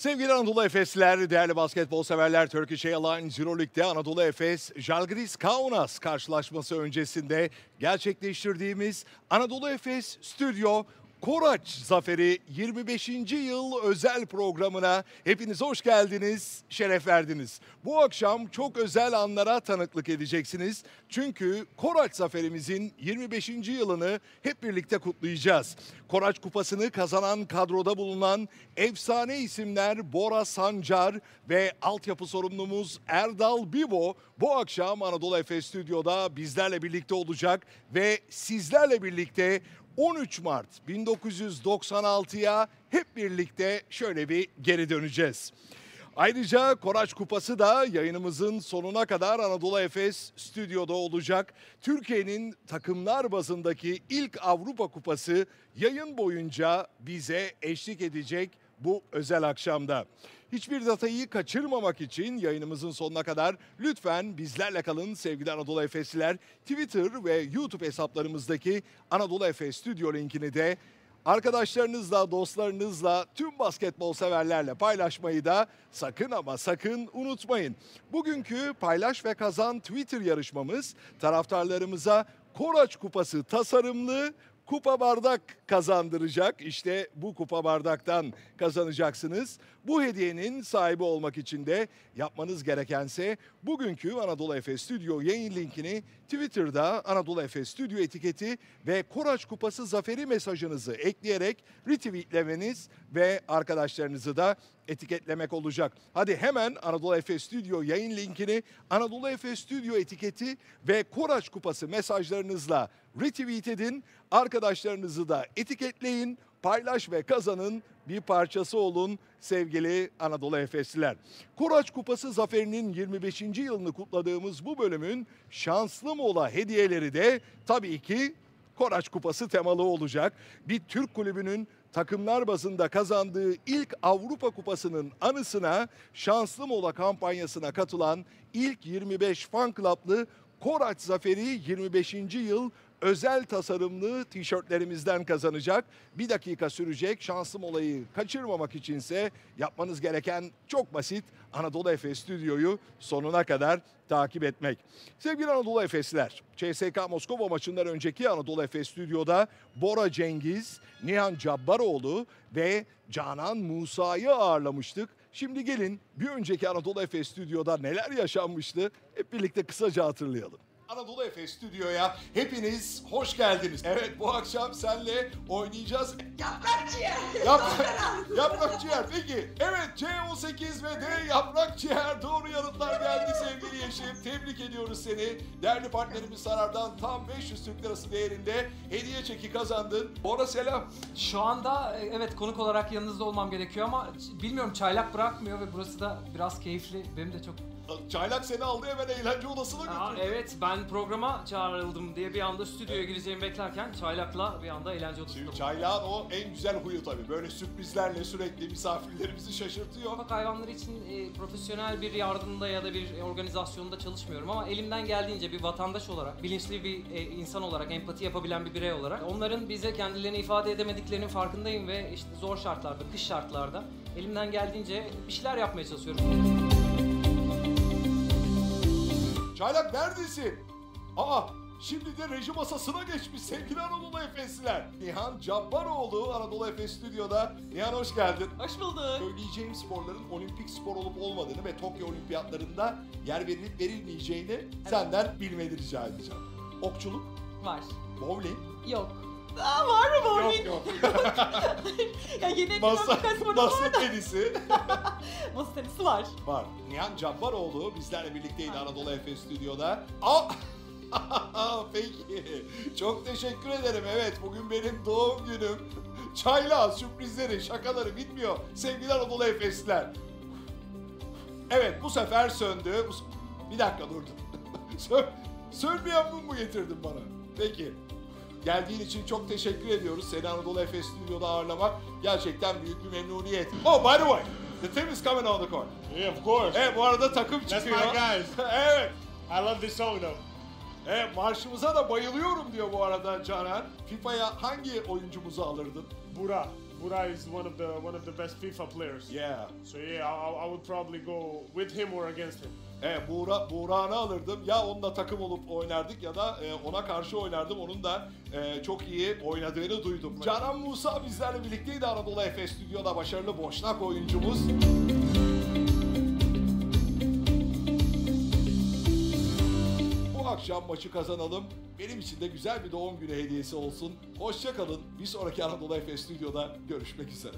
Sevgili Anadolu Efesliler, değerli basketbol severler, Turkish Airlines Euroleague'de Anadolu Efes, Žalgiris Kaunas karşılaşması öncesinde gerçekleştirdiğimiz Anadolu Efes Stüdyo Koraç Zaferi 25. yıl özel programına hepiniz hoş geldiniz, şeref verdiniz. Bu akşam çok özel anlara tanıklık edeceksiniz. Çünkü Koraç Zaferimizin 25. yılını hep birlikte kutlayacağız. Koraç Kupası'nı kazanan kadroda bulunan efsane isimler Bora Sancar ve altyapı sorumlumuz Erdal Bibo bu akşam Anadolu Efes Stüdyo'da bizlerle birlikte olacak ve sizlerle birlikte 13 Mart 1996'ya hep birlikte şöyle bir geri döneceğiz. Ayrıca Koraç Kupası da yayınımızın sonuna kadar Anadolu Efes Stüdyo'da olacak. Türkiye'nin takımlar bazındaki ilk Avrupa Kupası yayın boyunca bize eşlik edecek bu özel akşamda. Hiçbir datayı kaçırmamak için yayınımızın sonuna kadar lütfen bizlerle kalın sevgili Anadolu Efesliler. Twitter ve YouTube hesaplarımızdaki Anadolu Efes Stüdyo linkini de arkadaşlarınızla, dostlarınızla, tüm basketbol severlerle paylaşmayı da sakın ama sakın unutmayın. Bugünkü paylaş ve kazan Twitter yarışmamız taraftarlarımıza Koraç Kupası tasarımlı kupa bardak kazandıracak. İşte bu kupa bardaktan kazanacaksınız. Bu hediyenin sahibi olmak için de yapmanız gerekense bugünkü Anadolu Efes Stüdyo yayın linkini Twitter'da Anadolu Efes Stüdyo etiketi ve Koraç Kupası zaferi mesajınızı ekleyerek retweetlemeniz ve arkadaşlarınızı da etiketlemek olacak. Hadi hemen Anadolu Efes Stüdyo yayın linkini Anadolu Efes Stüdyo etiketi ve Koraç Kupası mesajlarınızla retweet edin. Arkadaşlarınızı da etiketleyin, paylaş ve kazanın, bir parçası olun sevgili Anadolu Efesliler. Koraç Kupası zaferinin 25. yılını kutladığımız bu bölümün şanslı mola hediyeleri de tabii ki Koraç Kupası temalı olacak. Bir Türk kulübünün takımlar bazında kazandığı ilk Avrupa Kupası'nın anısına şanslı mola kampanyasına katılan ilk 25 fan club'lı Koraç Zaferi 25. yıl özel tasarımlı tişörtlerimizden kazanacak. Bir dakika sürecek şanslı molayı kaçırmamak içinse yapmanız gereken çok basit. Anadolu Efes Stüdyo'yu sonuna kadar takip etmek. Sevgili Anadolu Efesliler, CSKA Moskova maçından önceki Anadolu Efes Stüdyo'da Bora Cengiz, Nihan Cabbaroğlu ve Canan Musa'yı ağırlamıştık. Şimdi gelin bir önceki Anadolu Efes Stüdyo'da neler yaşanmıştı hep birlikte kısaca hatırlayalım. Anadolu Efes Stüdyo'ya hepiniz hoş geldiniz. Evet, bu akşam senle oynayacağız. Yaprak ciğer. Yaprak ciğer. Peki. Evet, C18 ve D yaprak ciğer. Doğru yanıtlar geldi sevgili Yeşim. Tebrik ediyoruz seni. Değerli partnerimiz Sarar'dan tam 500 Türk Lirası değerinde hediye çeki kazandın. Bora selam. Şu anda evet konuk olarak yanınızda olmam gerekiyor ama bilmiyorum, çaylak bırakmıyor ve burası da biraz keyifli. Benim de çok... Çaylak seni aldı, hemen eğlence odasına götürdü. Evet, ben programa çağrıldım diye bir anda stüdyoya gireceğimi beklerken Çaylak'la bir anda eğlence odasında. Şimdi Çaylak'ın o en güzel huyu tabii. Böyle sürprizlerle sürekli misafirlerimizi şaşırtıyor. Sokak hayvanları için profesyonel bir yardımda ya da bir organizasyonda çalışmıyorum ama elimden geldiğince bir vatandaş olarak, bilinçli bir insan olarak, empati yapabilen bir birey olarak onların bize kendilerini ifade edemediklerinin farkındayım ve işte zor şartlarda, kış şartlarda elimden geldiğince bir şeyler yapmaya çalışıyorum. Çaylak neredesin? Şimdi de reji masasına geçmiş sevgili Anadolu Efesliler. Nihan Cabbaroğlu Anadolu Efes Stüdyo'da. Nihan hoş geldin. Hoş bulduk. Söyleyeceğim sporların olimpik spor olup olmadığını ve Tokyo Olimpiyatlarında yer verilip verilmeyeceğini senden bilmeni rica edeceğim. Okçuluk, Var. bowling. Yok. Var mı bowling? Yok. Ya yeni masa tenisi. Masa tenisi var. Var. Nihan Cabbaroğlu bizlerle birlikteydi Anadolu Efes Stüdyo'da. Peki. Çok teşekkür ederim. Evet, bugün benim doğum günüm. Çaylak sürprizleri, şakaları bitmiyor sevgili Anadolu Efesliler. Evet, bu sefer söndü. Bir dakika durdum. Sönmeyen mum mu getirdin bana? Peki. Geldiğin için çok teşekkür ediyoruz. Seni Anadolu Efes Stüdyo'da ağırlamak gerçekten büyük bir memnuniyet. Oh, by the way, the team is coming on the court. Yeah, of course. Evet, bu arada takım That's çıkıyor. my guys. Evet. I love this song though. Evet, marşımıza da bayılıyorum diyor bu arada Canan. FIFA'ya hangi oyuncumuzu alırdın? Burak. Buray is one of the best FIFA players. Yeah. So yeah, I would probably go with him or against him. Buğra'nı alırdım. Ya onunla takım olup oynardık ya da ona karşı oynardım. Onun da çok iyi oynadığını duydum. Canan Musa bizlerle birlikteydi Anadolu Efes Stüdyo'da, başarılı Boşnak oyuncumuz. Bu akşam maçı kazanalım. Benim için de güzel bir doğum günü hediyesi olsun. Hoşça kalın. Bir sonraki Anadolu Efes Stüdyo'da görüşmek üzere.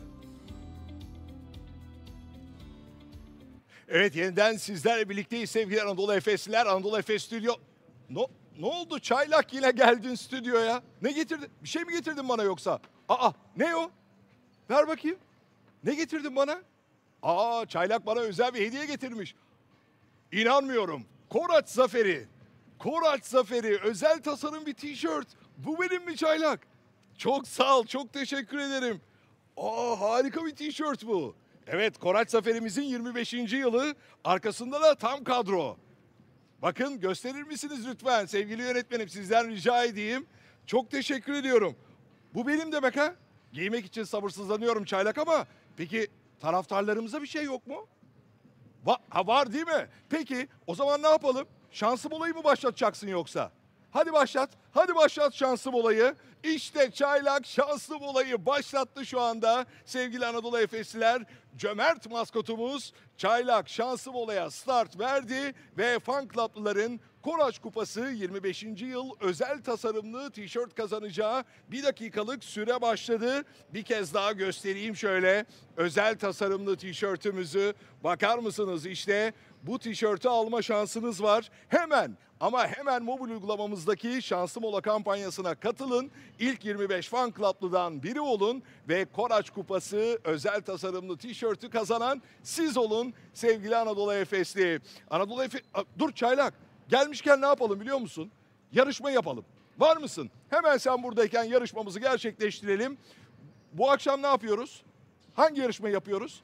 Evet, yeniden sizlerle birlikteyiz sevgili Anadolu Efesliler. Anadolu Efes Stüdyo... Ne oldu? Çaylak yine geldin stüdyoya. Ne getirdin? Bir şey mi getirdin bana yoksa? Aa, ne o? Ver bakayım. Ne getirdin bana? Aa, Çaylak bana özel bir hediye getirmiş. İnanmıyorum. Koraç Zaferi. Koraç Zaferi. Özel tasarım bir tişört. Bu benim mi Çaylak? Çok sağ ol. Çok teşekkür ederim. Aa, harika bir tişört bu. Evet, Koraç Zaferimizin 25. yılı. Arkasında da tam kadro. Bakın, gösterir misiniz lütfen sevgili yönetmenim, sizden rica edeyim. Çok teşekkür ediyorum. Bu benim demek ha? Giymek için sabırsızlanıyorum Çaylak ama peki taraftarlarımıza bir şey yok mu? Var değil mi? Peki o zaman ne yapalım? Şansım olayı mı başlatacaksın yoksa? Hadi başlat. Hadi başlat şansım olayı. İşte Çaylak şansım olayı başlattı şu anda. Sevgili Anadolu Efesliler, cömert maskotumuz Çaylak şansım olaya start verdi ve Fan Club'lıların Koraç Kupası 25. yıl özel tasarımlı tişört kazanacağı 1 dakikalık süre başladı. Bir kez daha göstereyim şöyle özel tasarımlı tişörtümüzü. Bakar mısınız, işte bu tişörtü alma şansınız var. Hemen ama hemen mobil uygulamamızdaki Şansım Ola kampanyasına katılın. İlk 25 Fan Club'lıdan biri olun ve Koraç Kupası özel tasarımlı tişörtü kazanan siz olun sevgili Anadolu Efesli. Dur Çaylak, gelmişken ne yapalım biliyor musun? Yarışma yapalım. Var mısın? Hemen sen buradayken yarışmamızı gerçekleştirelim. Bu akşam ne yapıyoruz? Hangi yarışmayı yapıyoruz?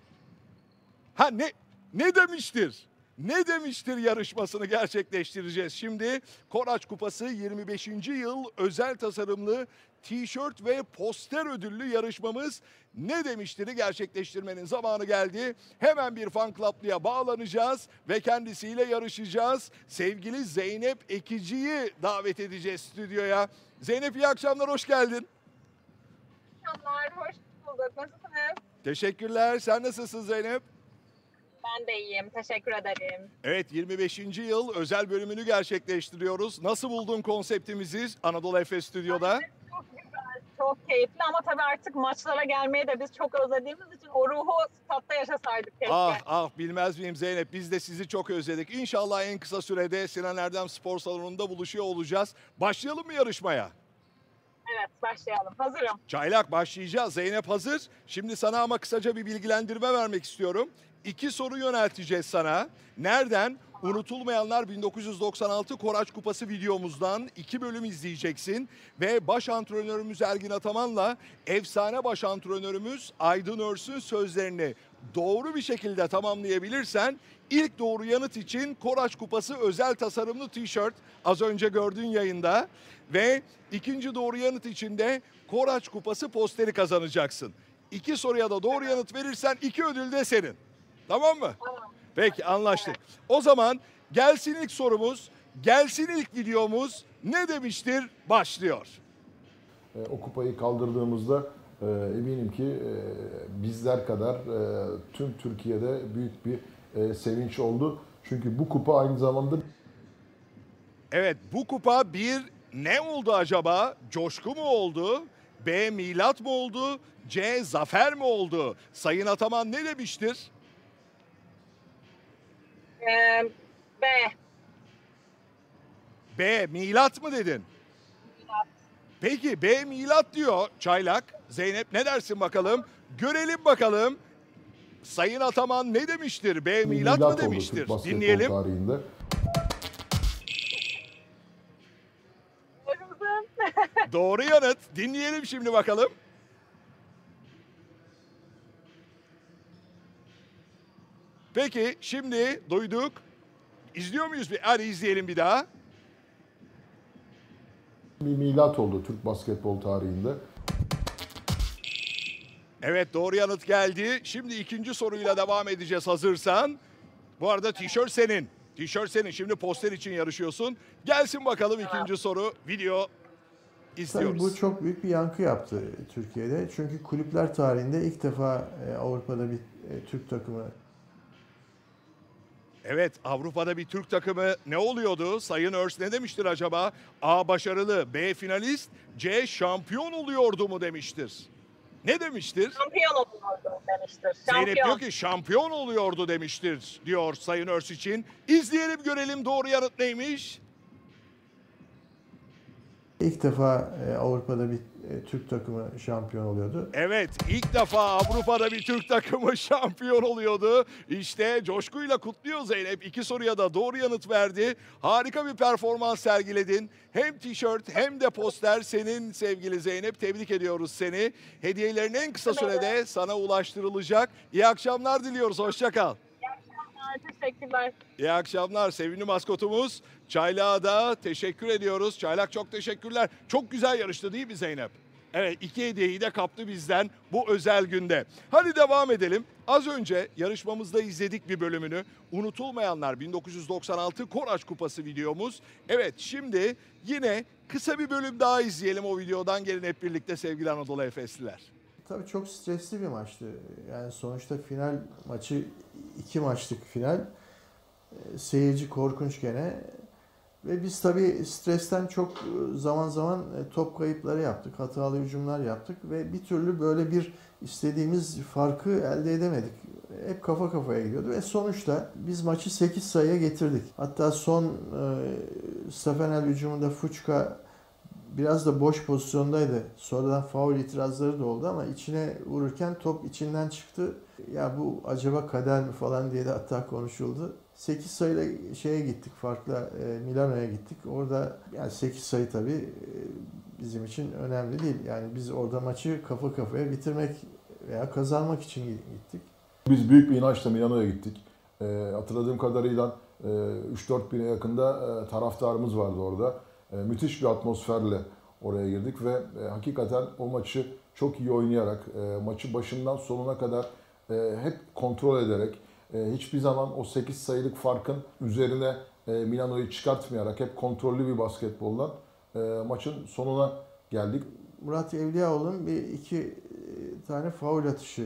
Ne demiştir? Ne demiştir yarışmasını gerçekleştireceğiz. Şimdi Koraç Kupası 25. yıl özel tasarımlı tişört ve poster ödüllü yarışmamız ne demiştir'i gerçekleştirmenin zamanı geldi. Hemen bir fan club'lıya bağlanacağız ve kendisiyle yarışacağız. Sevgili Zeynep Ekici'yi davet edeceğiz stüdyoya. Zeynep, iyi akşamlar, hoş geldin. Akşamlar, hoş bulduk. Nasılsınız? Teşekkürler. Sen nasılsın Zeynep? Ben de iyiyim, teşekkür ederim. Evet, 25. yıl özel bölümünü gerçekleştiriyoruz. Nasıl buldun konseptimizi Anadolu Efes Stüdyo'da? Çok güzel, çok keyifli ama tabii artık maçlara gelmeyi de biz çok özlediğimiz için o ruhu statta yaşasaydık keşke. Bilmez miyim Zeynep, biz de sizi çok özledik. İnşallah en kısa sürede Sinan Erdem Spor Salonu'nda buluşuyor olacağız. Başlayalım mı yarışmaya? Evet, başlayalım. Hazırım. Çaylak, başlayacağız. Zeynep hazır. Şimdi sana ama kısaca bir bilgilendirme vermek istiyorum. 2 soru yönelteceğiz sana. Nereden? Unutulmayanlar 1996 Koraç Kupası videomuzdan 2 bölüm izleyeceksin. Ve baş antrenörümüz Ergin Ataman'la efsane baş antrenörümüz Aydın Örs'ün sözlerini doğru bir şekilde tamamlayabilirsen ilk doğru yanıt için Koraç Kupası özel tasarımlı tişört az önce gördüğün yayında ve ikinci doğru yanıt için de Koraç Kupası posteri kazanacaksın. 2 soruya da doğru yanıt verirsen 2 ödül de senin. Tamam mı? Tamam. Peki, anlaştık. O zaman gelsin ilk sorumuz, gelsin ilk videomuz ne demiştir başlıyor. O kupayı kaldırdığımızda eminim ki bizler kadar tüm Türkiye'de büyük bir sevinç oldu. Çünkü bu kupa aynı zamanda... Evet, bu kupa bir ne oldu acaba? Coşku mu oldu? B. Milat mı oldu? C. Zafer mi oldu? Sayın Ataman ne demiştir? B. B. Milat mı dedin? Milat. Peki B. Milat diyor Çaylak. Zeynep ne dersin bakalım? Görelim bakalım. Sayın Ataman ne demiştir? B. Milat mı demiştir? Oldu Türk Dinleyelim. tarihinde. Doğru yanıt. Dinleyelim şimdi bakalım. Peki şimdi duyduk. İzliyor muyuz? Hadi izleyelim bir daha. Bir milat oldu Türk basketbol tarihinde. Evet, doğru yanıt geldi. Şimdi ikinci soruyla devam edeceğiz hazırsan. Bu arada tişört senin. Tişört senin. Şimdi poster için yarışıyorsun. Gelsin bakalım ikinci soru. Video izliyoruz. Tabii bu çok büyük bir yankı yaptı Türkiye'de. Çünkü kulüpler tarihinde ilk defa Avrupa'da bir Türk takımı. Evet, Avrupa'da bir Türk takımı ne oluyordu? Sayın Örs ne demiştir acaba? A. Başarılı, B. Finalist, C. Şampiyon oluyordu mu demiştir? Ne demiştir? Şampiyon oluyordu demiştir. Zeynep Şampiyon. diyor ki şampiyon oluyordu demiştir diyor Sayın Örs için. İzleyelim görelim doğru yanıt neymiş? İlk defa Avrupa'da bir Türk takımı şampiyon oluyordu. Evet, ilk defa Avrupa'da bir Türk takımı şampiyon oluyordu. İşte coşkuyla kutluyor Zeynep. İki soruya da doğru yanıt verdi. Harika bir performans sergiledin. Hem tişört hem de poster senin sevgili Zeynep. Tebrik ediyoruz seni. Hediyelerin en kısa sürede sana ulaştırılacak. İyi akşamlar diliyoruz. Hoşça kal. Teşekkürler. İyi akşamlar sevimli maskotumuz. Çaylak'a da teşekkür ediyoruz. Çaylak çok teşekkürler. Çok güzel yarıştı değil mi Zeynep? Evet, 2 hediyeyi de kaptı bizden bu özel günde. Hadi devam edelim. Az önce yarışmamızda izledik bir bölümünü. Unutulmayanlar 1996 Koraç Kupası videomuz. Evet, şimdi yine kısa bir bölüm daha izleyelim o videodan. Gelin hep birlikte sevgili Anadolu Efesliler. Tabii çok stresli bir maçtı. Yani sonuçta final maçı 2 maçlık final. Seyirci korkunç gene. Ve biz tabii stresten çok zaman zaman top kayıpları yaptık. Hatalı hücumlar yaptık ve bir türlü böyle bir istediğimiz farkı elde edemedik. Hep kafa kafaya gidiyordu ve sonuçta biz maçı 8 sayıya getirdik. Hatta son Stefanel hücumunda Fuçka biraz da boş pozisyondaydı. Sonradan faul itirazları da oldu ama içine vururken top içinden çıktı. Ya bu acaba kader mi falan diye de hatta konuşuldu. 8 sayıyla şeye gittik, farklı Milano'ya gittik. Orada yani 8 sayı tabii bizim için önemli değil. Yani biz orada maçı kafa kafaya bitirmek veya kazanmak için gittik. Biz büyük bir inançla Milano'ya gittik. Hatırladığım kadarıyla 3-4 bine yakında taraftarımız vardı orada. Müthiş bir atmosferle oraya girdik ve hakikaten o maçı çok iyi oynayarak, maçı başından sonuna kadar hep kontrol ederek, hiçbir zaman o 8 sayılık farkın üzerine Milano'yu çıkartmayarak hep kontrollü bir basketbolla maçın sonuna geldik. Murat Evliyaoğlu'nun bir iki tane faul atışı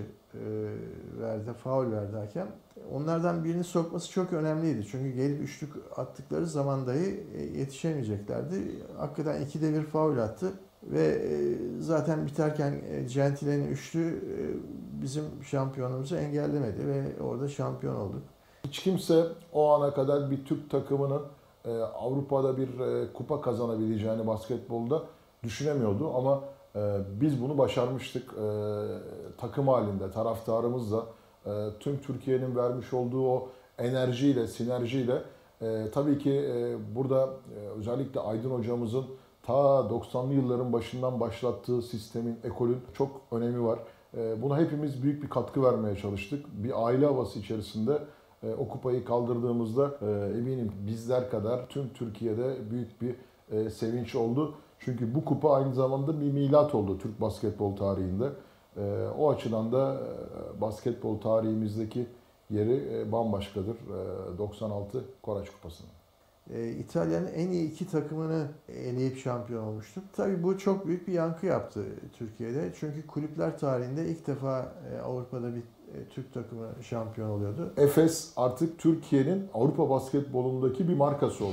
faul verdi hakem. Onlardan birini sokması çok önemliydi. Çünkü gelip üçlük attıkları zaman dahi yetişemeyeceklerdi. Hakikaten 2'de 1 faul attı ve zaten biterken Gentile'nin üçlü bizim şampiyonumuzu engellemedi ve orada şampiyon olduk. Hiç kimse o ana kadar bir Türk takımının Avrupa'da bir kupa kazanabileceğini basketbolda düşünemiyordu ama biz bunu başarmıştık. Takım halinde, taraftarımızla, tüm Türkiye'nin vermiş olduğu o enerjiyle, sinerjiyle tabii ki burada özellikle Aydın hocamızın ta 90'lı yılların başından başlattığı sistemin, ekolün çok önemi var. Buna hepimiz büyük bir katkı vermeye çalıştık. Bir aile havası içerisinde o kupayı kaldırdığımızda eminim bizler kadar tüm Türkiye'de büyük bir sevinç oldu. Çünkü bu kupa aynı zamanda bir milat oldu Türk basketbol tarihinde. O açıdan da basketbol tarihimizdeki yeri bambaşkadır 96 Koraç Kupası'nın. İtalya'nın en iyi iki takımını eleyip şampiyon olmuştuk. Tabii bu çok büyük bir yankı yaptı Türkiye'de. Çünkü kulüpler tarihinde ilk defa Avrupa'da bir Türk takımı şampiyon oluyordu. Efes artık Türkiye'nin Avrupa basketbolundaki bir markası oldu.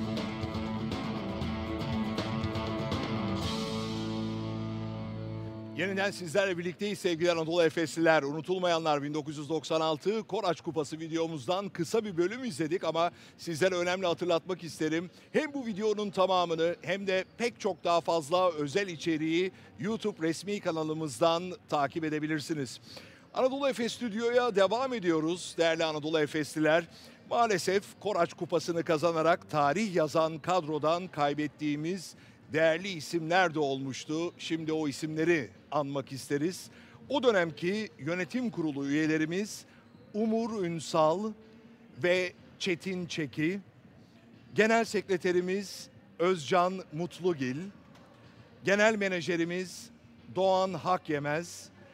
Yeniden sizlerle birlikteyiz sevgili Anadolu Efesliler. Unutulmayanlar 1996 Koraç Kupası videomuzdan kısa bir bölüm izledik ama sizlere önemli hatırlatmak isterim. Hem bu videonun tamamını hem de pek çok daha fazla özel içeriği YouTube resmi kanalımızdan takip edebilirsiniz. Anadolu Efes Stüdyo'ya devam ediyoruz değerli Anadolu Efesliler. Maalesef Koraç Kupası'nı kazanarak tarih yazan kadrodan kaybettiğimiz değerli isimler de olmuştu. Şimdi o isimleri anmak isteriz. O dönemki yönetim kurulu üyelerimiz Umur Ünsal ve Çetin Çeki, genel sekreterimiz Özcan Mutlugil, genel menajerimiz Doğan Hakyemez,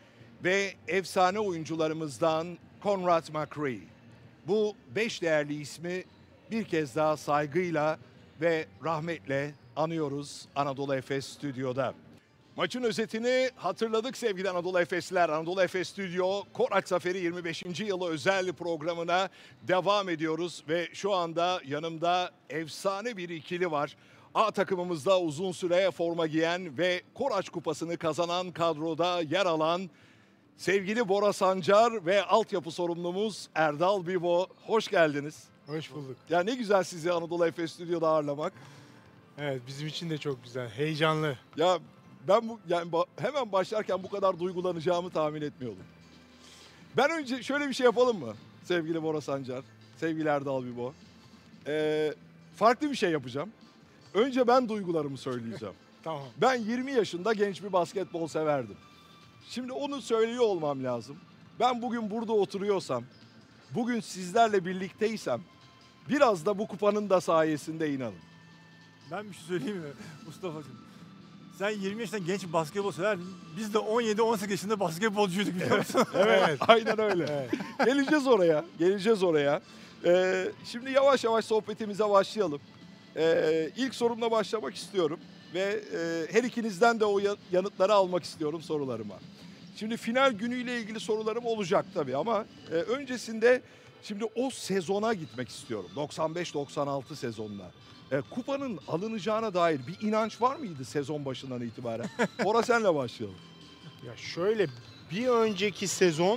ve efsane oyuncularımızdan Conrad McRae. Bu 5 değerli ismi bir kez daha saygıyla ve rahmetle anıyoruz Anadolu Efes Stüdyo'da. Maçın özetini hatırladık sevgili Anadolu Efesliler. Anadolu Efes Stüdyo Koraç Zaferi 25. yılı özel programına devam ediyoruz. Ve şu anda yanımda efsane bir ikili var. A takımımızda uzun süre forma giyen ve Koraç Kupası'nı kazanan kadroda yer alan sevgili Bora Sancar ve altyapı sorumlumuz Erdal Bibo. Hoş geldiniz. Hoş bulduk. Ya ne güzel sizi Anadolu Efes Stüdyo'da ağırlamak. Evet, bizim için de çok güzel, heyecanlı. Ya ben hemen başlarken bu kadar duygulanacağımı tahmin etmiyordum. Ben önce şöyle bir şey yapalım mı sevgili Bora Sancar, sevgili Erdal Bibo? Farklı bir şey yapacağım. Önce ben duygularımı söyleyeceğim. Tamam. Ben 20 yaşında genç bir basketbol severdim. Şimdi onu söylüyor olmam lazım. Ben bugün burada oturuyorsam, bugün sizlerle birlikteysem biraz da bu kupanın da sayesinde inanın. Ben bir şey söyleyeyim mi Mustafa'cığım? Sen 20 yaşında genç bir basketbol severdin. Biz de 17-18 yaşında basketbolcuyduk biliyor musun? Evet, aynen öyle. Evet. Geleceğiz oraya. Şimdi yavaş yavaş sohbetimize başlayalım. İlk sorumla başlamak istiyorum ve her ikinizden de o yanıtları almak istiyorum sorularıma. Şimdi final günüyle ilgili sorularım olacak tabii ama öncesinde şimdi o sezona gitmek istiyorum. 95-96 sezonuna. Kupanın alınacağına dair bir inanç var mıydı sezon başından itibaren? Bora senle başlayalım. Ya şöyle, bir önceki sezon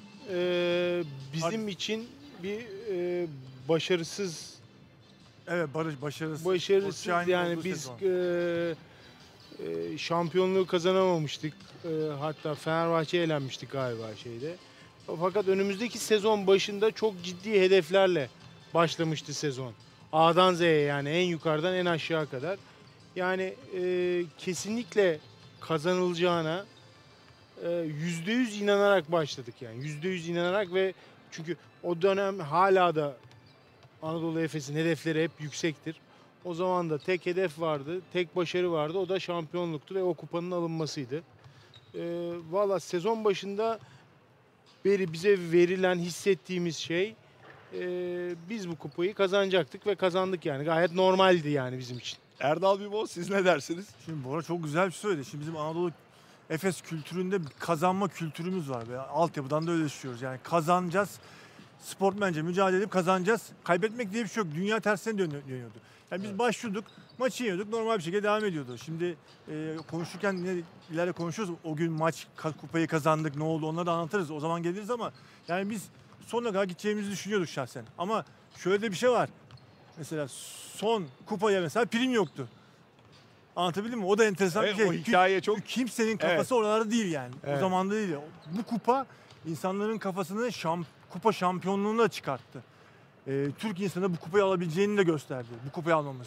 bizim için bir başarısız Evet, başarısız. yani biz şampiyonluğu kazanamamıştık. Hatta Fenerbahçe'ye elenmiştik galiba şeyde. Fakat önümüzdeki sezon başında çok ciddi hedeflerle başlamıştı sezon. A'dan Z'ye, yani en yukarıdan en aşağı kadar. Yani kesinlikle kazanılacağına %100 inanarak başladık yani. %100 inanarak ve çünkü o dönem hala da Anadolu Efes'in hedefleri hep yüksektir. O zaman da tek hedef vardı, tek başarı vardı. O da şampiyonluktu ve o kupanın alınmasıydı. Valla sezon başında beri bize verilen, hissettiğimiz şey biz bu kupayı kazanacaktık ve kazandık yani. Gayet normaldi yani bizim için. Erdal Bibo siz ne dersiniz? Şimdi Bora çok güzel bir şey söyledi. Şimdi bizim Anadolu Efes kültüründe bir kazanma kültürümüz var. Ve altyapıdan da öyle yaşıyoruz. Yani kazanacağız. Sportmence mücadele edip kazanacağız. Kaybetmek diye bir şey yok. Dünya tersine dönüyordu. Yani biz başlıyorduk, maçı yeniyorduk, normal bir şekilde devam ediyordu. Şimdi konuşurken yine ileride konuşuyoruz. O gün maç, kupayı kazandık, ne oldu onları da anlatırız. O zaman geliriz ama yani biz sonuna kadar gideceğimizi düşünüyorduk şahsen. Ama şöyle de bir şey var. Mesela son kupaya mesela prim yoktu. Anlatabildim mi? O da enteresan bir şey. O hikaye çok... Kimsenin kafası oralarda değil yani. Evet. O zaman da değil. Bu kupa insanların kafasını kupa şampiyonluğuna çıkarttı. Türk insanı bu kupayı alabileceğini de gösterdi. Bu kupayı almamız.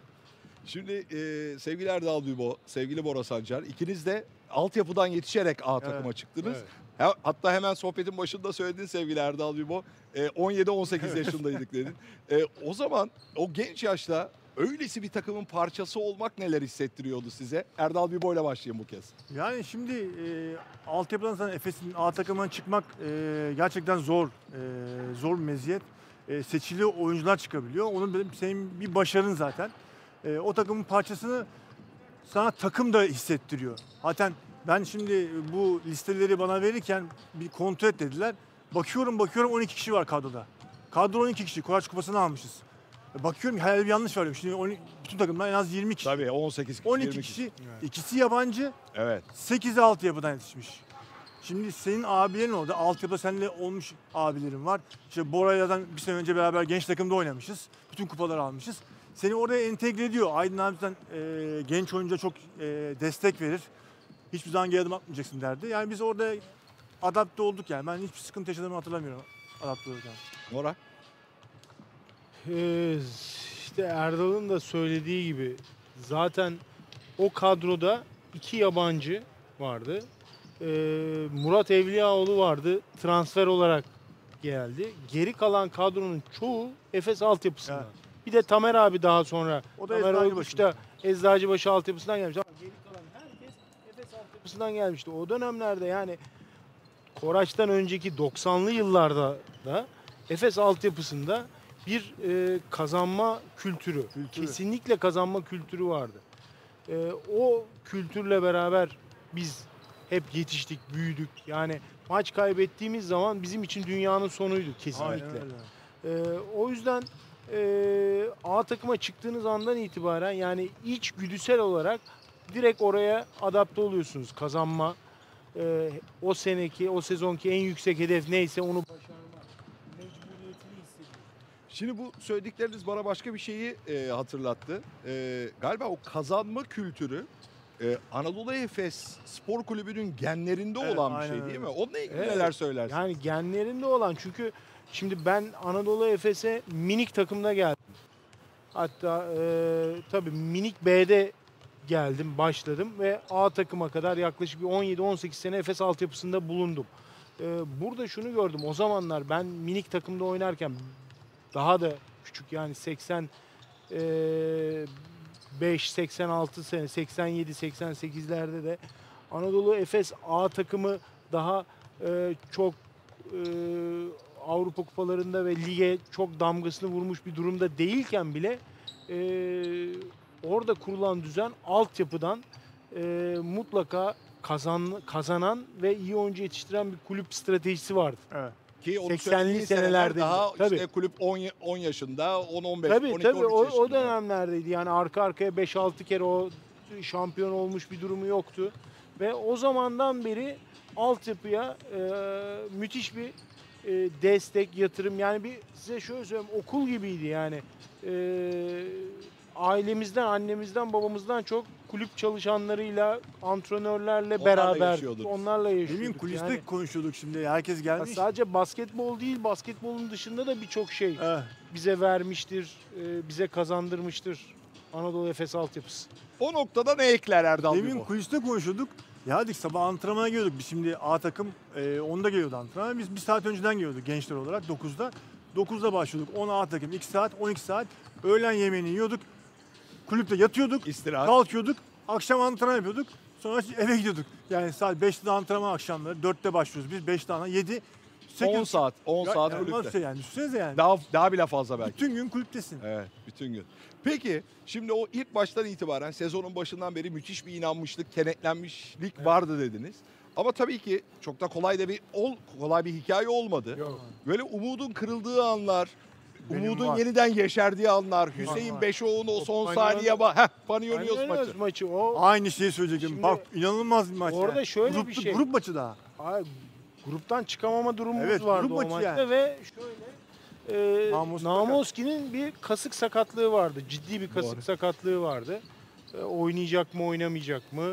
Şimdi sevgili Erdal Bibo, sevgili Bora Sancar, ikiniz de altyapıdan yetişerek A takıma çıktınız. Evet. Hatta hemen sohbetin başında söyledin sevgili Erdal Bibo, 17-18 yaşındaydık dedin. O zaman o genç yaşta öylesi bir takımın parçası olmak neler hissettiriyordu size? Erdal Bibo ile başlayayım bu kez. Yani şimdi altyapıdan sonra Efes'in A takımına çıkmak gerçekten zor. Zor bir meziyet. Seçili oyuncular çıkabiliyor. Onun senin bir başarın zaten. O takımın parçasını sana takım da hissettiriyor. Zaten ben şimdi bu listeleri bana verirken bir kontrol et dediler. Bakıyorum 12 kişi var kadroda. Kadro 12 kişi. Koraç Kupası'nı almışız. Bakıyorum herhalde bir yanlış var. Şimdi bütün takımdan en az 20 kişi. Tabii 18 kişi, 12 20 kişi. Evet. İkisi yabancı. Evet. 8'i altyapıdan yetişmiş. Şimdi senin abilerin orada. Altyapıda seninle olmuş abilerin var. İşte Bora'yla bir sene önce beraber genç takımda oynamışız. Bütün kupaları almışız. Seni oraya entegre ediyor. Aydın abiden genç oyuncuya çok destek verir. Hiçbir zaman geri adım atmayacaksın derdi. Yani biz orada adapte olduk yani. Ben hiçbir sıkıntı yaşadığımı hatırlamıyorum adapte olurken. Bora? İşte Erdal'ın da söylediği gibi zaten o kadroda 2 yabancı vardı. Murat Evliyaoğlu vardı. Transfer olarak geldi. Geri kalan kadronun çoğu Efes altyapısından. Evet. Bir de Tamer abi daha sonra. O da Tamer Eczacıbaşı. Oyguç da Eczacıbaşı altyapısından gelmiş. Ama geri kalan herkes Efes altyapısından gelmişti. O dönemlerde yani Koraç'tan önceki 90'lı yıllarda da Efes altyapısında bir kazanma kültürü, kesinlikle kazanma kültürü vardı. O kültürle beraber biz hep yetiştik, büyüdük. Yani maç kaybettiğimiz zaman bizim için dünyanın sonuydu kesinlikle. O yüzden A takıma çıktığınız andan itibaren yani içgüdüsel olarak direkt oraya adapte oluyorsunuz. Kazanma, o seneki, o sezonki en yüksek hedef neyse onu başarma mecburiyetini hissediyorsunuz. Şimdi bu söyledikleriniz bana başka bir şeyi hatırlattı. Galiba o kazanma kültürü Anadolu Efes Spor Kulübü'nün genlerinde olan bir şey değil mi? Onunla ilgili neler söylersin? Yani genlerinde olan, çünkü şimdi ben Anadolu Efes'e minik takımda geldim. Hatta tabii minik B'de geldim, başladım ve A takıma kadar yaklaşık bir 17-18 sene Efes altyapısında bulundum. Burada şunu gördüm. O zamanlar ben minik takımda oynarken daha da küçük, yani 85-86 sene, 87-88'lerde de Anadolu Efes A takımı daha çok Avrupa kupalarında ve lige çok damgasını vurmuş bir durumda değilken bile orada kurulan düzen altyapıdan mutlaka kazanan ve iyi oyuncu yetiştiren bir kulüp stratejisi vardı. Evet. Ki onu 80'li söylediğin senelerde daha tabii. işte kulüp 10 yaşında, 10-15, Tabii 12-13 tabii o yaşında. dönemlerdeydi. Yani arka arkaya 5-6 kere o şampiyon olmuş bir durumu yoktu. Ve o zamandan beri altyapıya müthiş bir destek, yatırım. Yani bir size şöyle söyleyeyim, okul gibiydi yani. Ailemizden, annemizden, babamızdan çok kulüp çalışanlarıyla, antrenörlerle beraber yaşıyordunuz. onlarla yaşıyorduk. Demin kuliste Yani, konuşuyorduk şimdi. Herkes gelmiş. sadece basketbol değil, basketbolun dışında da birçok şey Evet. bize vermiştir, bize kazandırmıştır Anadolu Efes altyapısı. O noktada ne ekler Erdal Demin Bibo? kuliste konuşuyorduk. Ya dedik sabah antrenmana geliyorduk. Biz şimdi A takım 10'da geliyordu antrenmana. Biz bir saat önceden geliyorduk gençler olarak 9'da. 9'da başlıyorduk. 10 A takım 2 saat, 12 saat. Öğlen yemeğini yiyorduk. Kulüpte yatıyorduk. İstirahat. Kalkıyorduk. Akşam antrenman yapıyorduk. Sonra eve gidiyorduk. Yani saat 5'te antrenman akşamları. 4'te başlıyoruz biz. 5'te antrenman. 7, 8. 10 saat, 10 saat yani kulüpte. Şey yani düşünsenize yani. Daha bile fazla belki. Bütün gün kulüptesin. Evet, bütün gün. Peki, şimdi o ilk baştan itibaren sezonun başından beri müthiş bir inanmışlık, kenetlenmişlik vardı dediniz. Ama tabii ki çok da kolay bir hikaye olmadı. Yok. Böyle umudun kırıldığı anlar, Benim umudun var. yeniden yeşerdiği anlar, Hüseyin Beşoğlu'nun o son saniye Panionios maçı. maçı o. Aynı şeyi söyleyecektim. Şimdi Bak inanılmaz bir maç. orada yani. şöyle bir şey. Grup maçı daha. Gruptan çıkamama durumumuz Evet, vardı grup o maçı maçta yani. ve şöyle Namoski'nin bir kasık sakatlığı vardı. Ciddi bir kasık Doğru. sakatlığı vardı. Oynayacak mı, oynamayacak mı?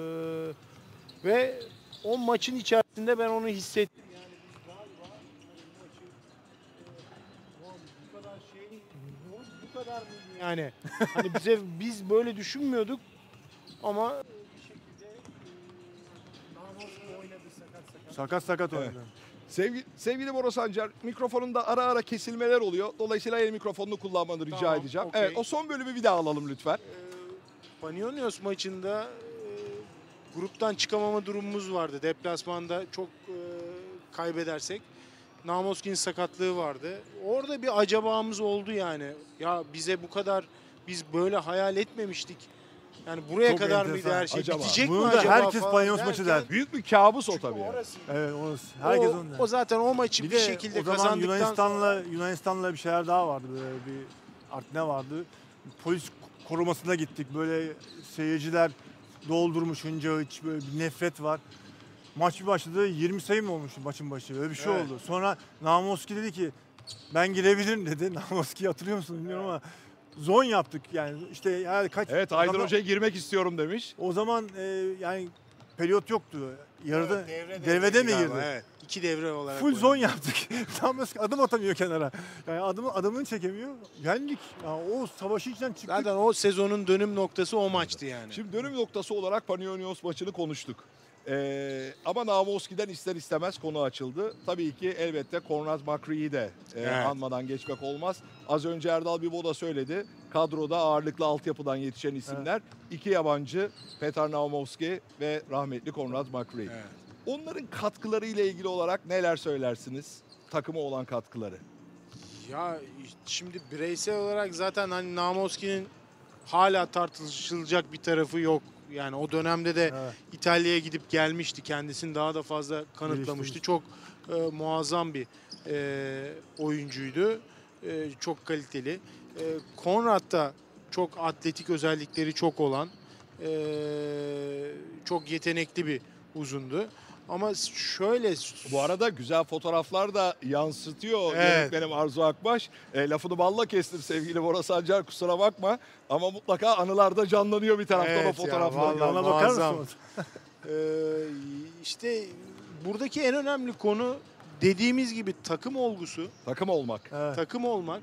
Ve o maçın içerisinde ben onu hissettim. Yani biz galiba bu kadar bu kadar mı yani? Hani biz böyle düşünmüyorduk ama bir şekilde Namoski oynadı Sakat Evet. oynadı. Sevgili Bora Sancar, mikrofonunda ara ara kesilmeler oluyor. Dolayısıyla el mikrofonunu kullanmanı rica Tamam, edeceğim. okey. Evet, o son bölümü bir daha alalım lütfen. Panionios maçında gruptan çıkamama durumumuz vardı. Deplasmanda çok kaybedersek. Namoski'nin sakatlığı vardı. Orada bir acabamız oldu yani. Ya bize bu kadar, biz böyle hayal etmemiştik. Yani buraya Çok kadar enteresan. mıydı her şey? Acaba. Bitecek Bunu mi da acaba? herkes falan Panionios maçı derken- der. Büyük bir kabus o Çünkü tabii. Yani. orası- Evet orası. Herkes onu der. o zaten o maçı bir, Bir de şekilde o zaman kazandıktan sonra Yunanistan'la bir şeyler daha vardı böyle bir artık ne vardı? Polis korumasına gittik. Böyle seyirciler doldurmuş hınca hiç böyle bir nefret var. Maç bir başladı 20 sayı mı olmuş maçın başı? Öyle bir şey Evet. oldu. Sonra Namoski dedi ki ben girebilirim dedi. Namoski'yi hatırlıyor musun bilmiyorum ama zon yaptık yani işte yani kaç Evet, o Aydın zaman- Hoca'ya girmek istiyorum demiş. O zaman yani periyot yoktu. Yarıda Evet, devrede mi galiba, girdi? Evet. 2 devre olarak. Full oynadı. zon yaptık. Namoski adım atamıyor kenara. Yani adımını çekemiyor. Yendik. Yani o savaşı içinden çıktık. Zaten o sezonun dönüm noktası o maçtı yani. Şimdi dönüm noktası olarak Panionios maçını konuştuk. Ama Namoski'den ister istemez konu açıldı. Tabii ki elbette Konrad Makri'yi de Evet. anmadan geçmek olmaz. Az önce Erdal Bibo da söyledi. Kadroda ağırlıklı altyapıdan yetişen isimler. İki yabancı, Petar Namoski ve rahmetli Konrad Makri. Evet. Onların katkıları ile ilgili olarak neler söylersiniz? Takıma olan katkıları. Ya şimdi bireysel olarak zaten hani Namoski'nin hala tartışılacak bir tarafı yok. Yani o dönemde de Evet. İtalya'ya gidip gelmişti. Kendisini daha da fazla kanıtlamıştı. Çok muazzam bir oyuncuydu. Çok kaliteli. Konrad da çok atletik özellikleri çok olan, çok yetenekli bir uzundu. Ama şöyle... Bu arada güzel fotoğraflar da yansıtıyor Evet. yönetmenim Arzu Akbaş. Lafını balla kestim sevgili Bora Sancar, kusura bakma. Ama mutlaka anılarda canlanıyor bir taraftan Evet o ya, fotoğraflar. vallahi Ona bakar muazzam. mısınız? İşte buradaki en önemli konu dediğimiz gibi takım olgusu, Takım olmak. Evet. takım olmak.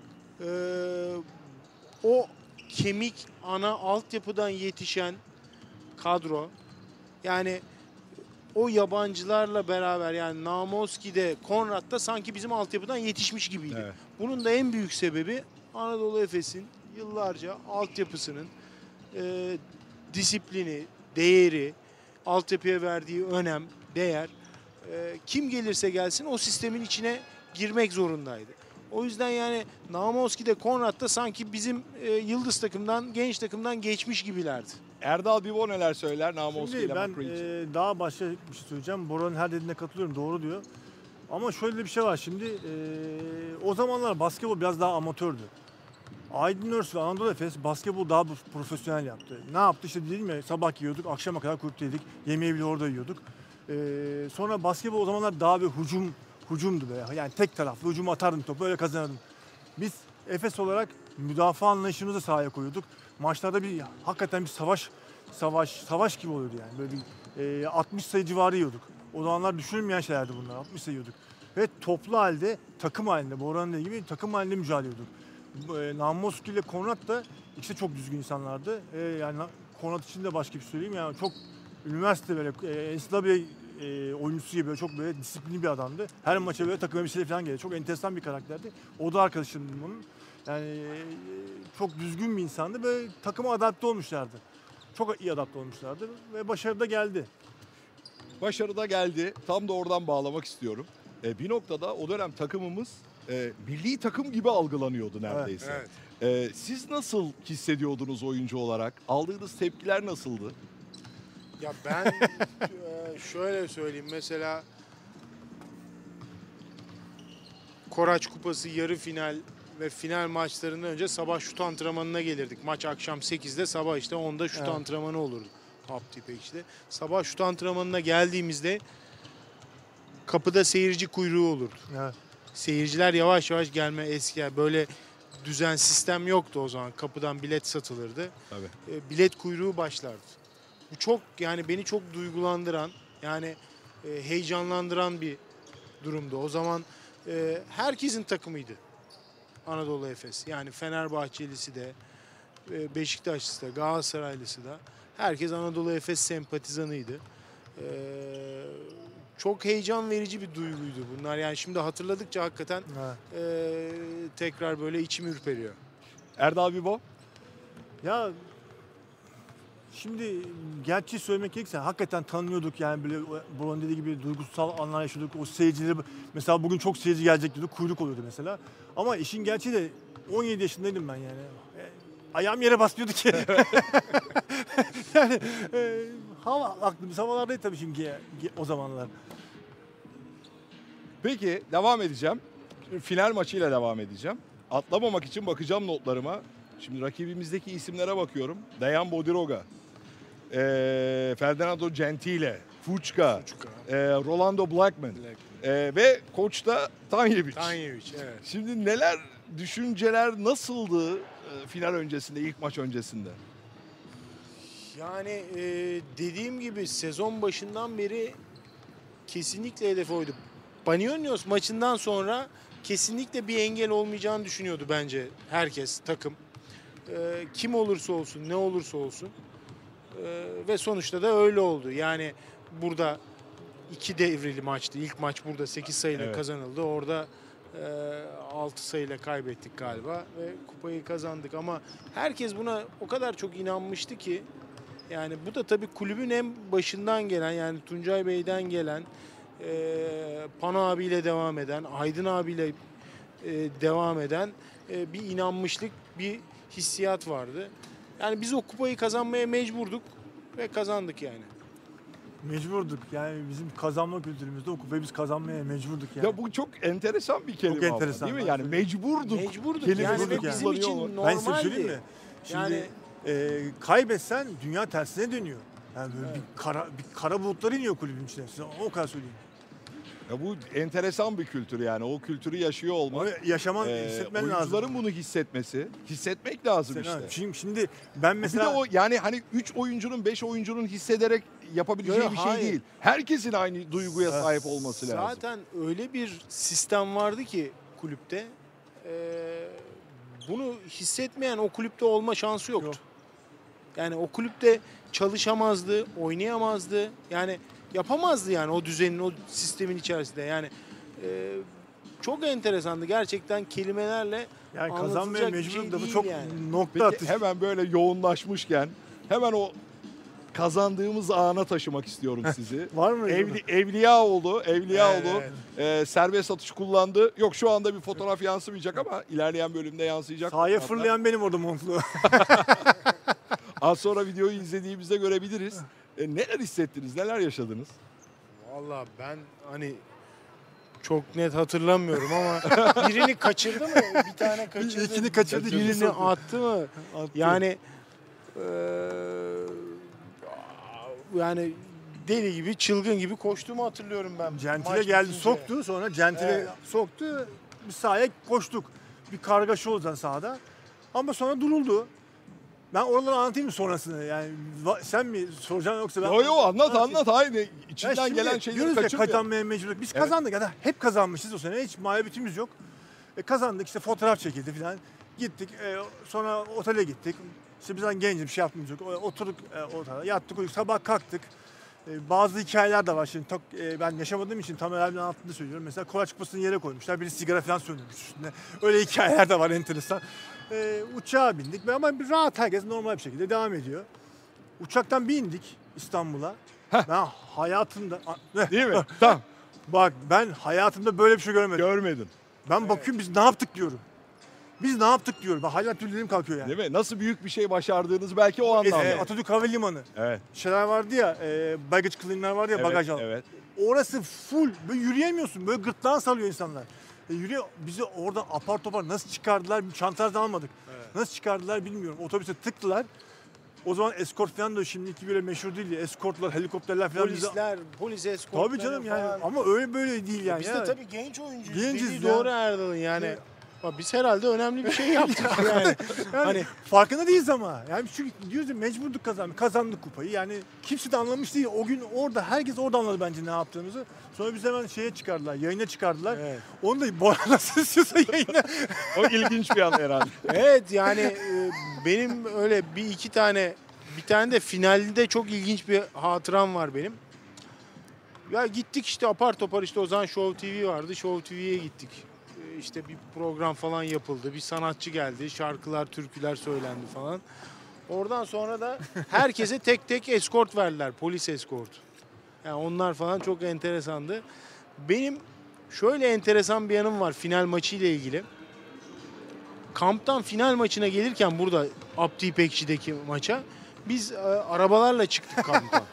O kemik ana altyapıdan yetişen kadro. Yani o yabancılarla beraber yani Namoski'de, Konrad'da sanki bizim altyapıdan yetişmiş gibiydi. Evet. Bunun da en büyük sebebi Anadolu Efes'in yıllarca altyapısının disiplini, değeri, altyapıya verdiği önem, değer kim gelirse gelsin o sistemin içine girmek zorundaydı. O yüzden yani Namoski'de, Konrad'da sanki bizim yıldız takımdan, genç takımdan geçmiş gibilerdi. Erdal Bivo neler söyler Namoski Şimdi ile ben Makri için? daha başka bir şey söyleyeceğim. Bora'nın her dediğine katılıyorum, doğru diyor. Ama şöyle bir şey var şimdi. O zamanlar basketbol biraz daha amatördü. Aydın Üniversitesi ve Anadolu Efes basketbol daha profesyonel yaptı. Ne yaptı işte dedim ya, sabah yiyorduk, akşama kadar kulüpteydik. Yemeği bile orada yiyorduk. Sonra basketbol o zamanlar daha bir hücumdu böyle. Yani tek taraflı hücum atardım topu, öyle kazanırdım. Biz Efes olarak müdafaa anlayışımızı sahaya koyuyorduk. Maçlarda hakikaten bir savaş gibi oluyordu yani. Böyle bir 60 sayı civarı yiyorduk. O zamanlar düşünülmeyen şeylerdi bunlar. 60 sayı yiyorduk. Ve toplu halde, takım halinde, Bora'nın dediği gibi takım halinde mücadele ediyorduk. Namoski ile Konrad da ikisi çok düzgün insanlardı. Yani Konrad için de başka bir şey söyleyeyim. Yani çok üniversite böyle NCAA oyuncusu gibi böyle çok böyle disiplinli bir adamdı. Her maça böyle takım elbiseyle falan geldi. Çok enteresan bir karakterdi. O da arkadaşımdı bunun. Yani çok düzgün bir insandı. Böyle takıma adapte olmuşlardı. Çok iyi adapte olmuşlardı ve başarı da geldi. Başarı da geldi. Tam da oradan bağlamak istiyorum. Bir noktada o dönem takımımız milli takım gibi algılanıyordu neredeyse. Evet. Siz nasıl hissediyordunuz oyuncu olarak? Aldığınız tepkiler nasıldı? Ya ben şöyle söyleyeyim mesela Koraç Kupası yarı final ve final maçlarından önce sabah şut antrenmanına gelirdik. Maç akşam 8'de, sabah işte 10'da şut antrenmanı olurdu. Top tip işte. Sabah şut antrenmanına geldiğimizde kapıda seyirci kuyruğu olurdu. Evet. Seyirciler yavaş yavaş gelme eski böyle düzen sistem yoktu o zaman. Kapıdan bilet satılırdı. Tabii. Bilet kuyruğu başlardı. Bu çok yani beni çok duygulandıran yani heyecanlandıran bir durumdu. O zaman herkesin takımıydı Anadolu Efes. Yani Fenerbahçelisi de, Beşiktaşlısı da, Galatasaraylısı da herkes Anadolu Efes sempatizanıydı. Çok heyecan verici bir duyguydu bunlar. Yani şimdi hatırladıkça hakikaten tekrar böyle içim ürperiyor. Erdal Bibo? Ya şimdi gerçi söylemek gerekirse hakikaten tanıyorduk yani böyle Bora'nın dediği gibi duygusal anlar yaşıyorduk. O seyircileri mesela bugün çok seyirci gelecek diyorduk, kuyruk oluyordu mesela. Ama işin gerçeği de 17 yaşındaydım ben yani. Ayağım yere basmıyordu ki. Yani aklımız havalardaydı tabii şimdi o zamanlar. Peki devam edeceğim. Şimdi final maçıyla devam edeceğim. Atlamamak için bakacağım notlarıma. Şimdi rakibimizdeki isimlere bakıyorum. Dejan Bodiroga, Ferdinando Gentile, Fučka, Rolando Blackman ve koç da Tanjević. Evet. Şimdi neler, düşünceler nasıldı final öncesinde, ilk maç öncesinde? Yani dediğim gibi sezon başından beri kesinlikle hedef oydu. Panionios maçından sonra kesinlikle bir engel olmayacağını düşünüyordu bence herkes, takım. Kim olursa olsun, ne olursa olsun. Ve sonuçta da öyle oldu. Yani burada 2 devrili maçtı. İlk maç burada 8 sayıyla kazanıldı. Orada 6 sayıyla kaybettik galiba ve kupayı kazandık. Ama herkes buna o kadar çok inanmıştı ki Yani bu da tabii kulübün en başından gelen, yani Tuncay Bey'den gelen, Pano abiyle devam eden, Aydın abiyle devam eden bir inanmışlık, bir hissiyat vardı. Yani biz o kupayı kazanmaya mecburduk ve kazandık yani. Mecburduk. Yani bizim kazanma kültürümüzde o kupayı biz kazanmaya mecburduk yani. Ya bu çok enteresan bir kelime ama, enteresan. değil mi? Yani mecburduk. Mecburduk kelimesini yani, ve yani. bizim için kullanıyor. normaldi. Ben size bir şey söyleyeyim mi? Şimdi kaybetsen dünya tersine dönüyor. Yani böyle bir kara bulutlar iniyor kulübün içine. Size o kadar söyleyeyim. Ya bu enteresan bir kültür yani. O kültürü yaşıyor olmak. Ama yaşaman, hissetmen lazım. Oyuncuların bunu hissetmek lazım işte. Şimdi ben mesela... Bir de o yani hani 3 oyuncunun 5 oyuncunun hissederek yapabileceği bir şey hayır. değil. Herkesin aynı duyguya sahip olması lazım. Zaten öyle bir sistem vardı ki kulüpte, bunu hissetmeyen o kulüpte olma şansı yoktu. Yok. Yani o kulüpte çalışamazdı, oynayamazdı. Yani yapamazdı yani o düzenin, o sistemin içerisinde. Yani çok enteresandı. Gerçekten kelimelerle Yani kazanmaya anlatılacak bir şey mecbur da bu değil çok yani. nokta Peki atışı. hemen böyle yoğunlaşmışken hemen o kazandığımız ana taşımak istiyorum sizi. Var mı? Evliyaoğlu Evet. serbest atış kullandı. Yok şu anda bir fotoğraf yansımayacak ama ilerleyen bölümde yansıyacak. Sahaya Hatta fırlayan benim orada montlu. az sonra videoyu izlediğimizde görebiliriz. Neler hissettiniz, neler yaşadınız? Vallahi ben hani çok net hatırlamıyorum ama birini kaçırdı mı? Bir tane kaçırdı. İkini kaçırdı, Birini ikincisi attı. attı mı? Attı. Yani deli gibi, çılgın gibi koştuğumu hatırlıyorum ben. Centile Maç geldi, bitince. soktu. Sonra Centile Evet. soktu. Bir sahaya koştuk. Bir kargaşa oldu sahada. Ama sonra duruldu. Ben oraları anlatayım mı sonrasını? Yani sen mi soracaksın yoksa ben... Yo anlat Anlatayım. haydi. Ya İçinden şimdi gelen şeyleri diyoruz ya kaçırmayalım. kazanmaya mecburluk. Biz Evet. kazandık ya da hep kazanmışız o sene. Hiç mağlubiyetimiz yok. Kazandık işte fotoğraf çekildi falan. Gittik sonra otele gittik. İşte bizden genç bir şey yapmamız yok. Oturduk otelde yattık uyuduk sabah kalktık. Bazı hikayeler de var şimdi ben yaşamadığım için tam herhalde altında söylüyorum. Mesela kola çıkmasını yere koymuşlar. Biri sigara falan söndürmüş üstünde. Öyle hikayeler de var enteresan. Uçağa bindik ama bir rahat herkes normal bir şekilde devam ediyor. Uçaktan bir indik İstanbul'a. Ben hayatımda... Değil mi? Tamam. Bak ben hayatımda böyle bir şey görmedim. Görmedin. Ben bakıyorum biz ne yaptık diyorum. Biz ne yaptık diyorum. Ben hala tüylerim kalkıyor yani. Değil mi? Nasıl büyük bir şey başardığınız belki o anlamda. Atatürk Havalimanı. Evet. Şeyler vardı ya, baggage claim'ler vardı ya, bagaj al. Evet. Orası full. Böyle yürüyemiyorsun. Böyle gırtlağın salıyor insanlar. Bizi orada apar topar nasıl çıkardılar? Çantalar da almadık. Evet. Nasıl çıkardılar bilmiyorum. Otobüse tıktılar. O zaman eskort falan da şimdiki böyle meşhur değil ya. Eskortlar, helikopterler falan. Polis eskortları Tabii canım yani. falan. Ama öyle böyle değil yani. Biz de tabii genç oyuncuyuz. Genciz Dediği ya. doğru Erdal'ın yani. Bak biz herhalde önemli bir şey yaptık yani. Yani farkında değiliz ama. Yani çünkü diyoruz ya mecburduk kazandık. Kazandık kupayı. Yani kimse de anlamış değil. O gün orada herkes orada anladı bence ne yaptığımızı. Sonra biz hemen yayına çıkardılar. Evet. Onu da bu arada nasıl istiyorsa yayına. O ilginç bir an herhalde. Evet yani benim öyle bir tane de finalde çok ilginç bir hatıram var benim. Ya gittik işte apar topar işte o zaman Show TV vardı. Show TV'ye gittik. İşte bir program falan yapıldı. Bir sanatçı geldi. Şarkılar, türküler söylendi falan. Oradan sonra da herkese tek tek eskort verdiler. Polis eskort. Yani onlar falan çok enteresandı. Benim şöyle enteresan bir yanım var final maçıyla ilgili. Kamptan final maçına gelirken burada Abdi İpekçi'deki maça biz arabalarla çıktık kamptan.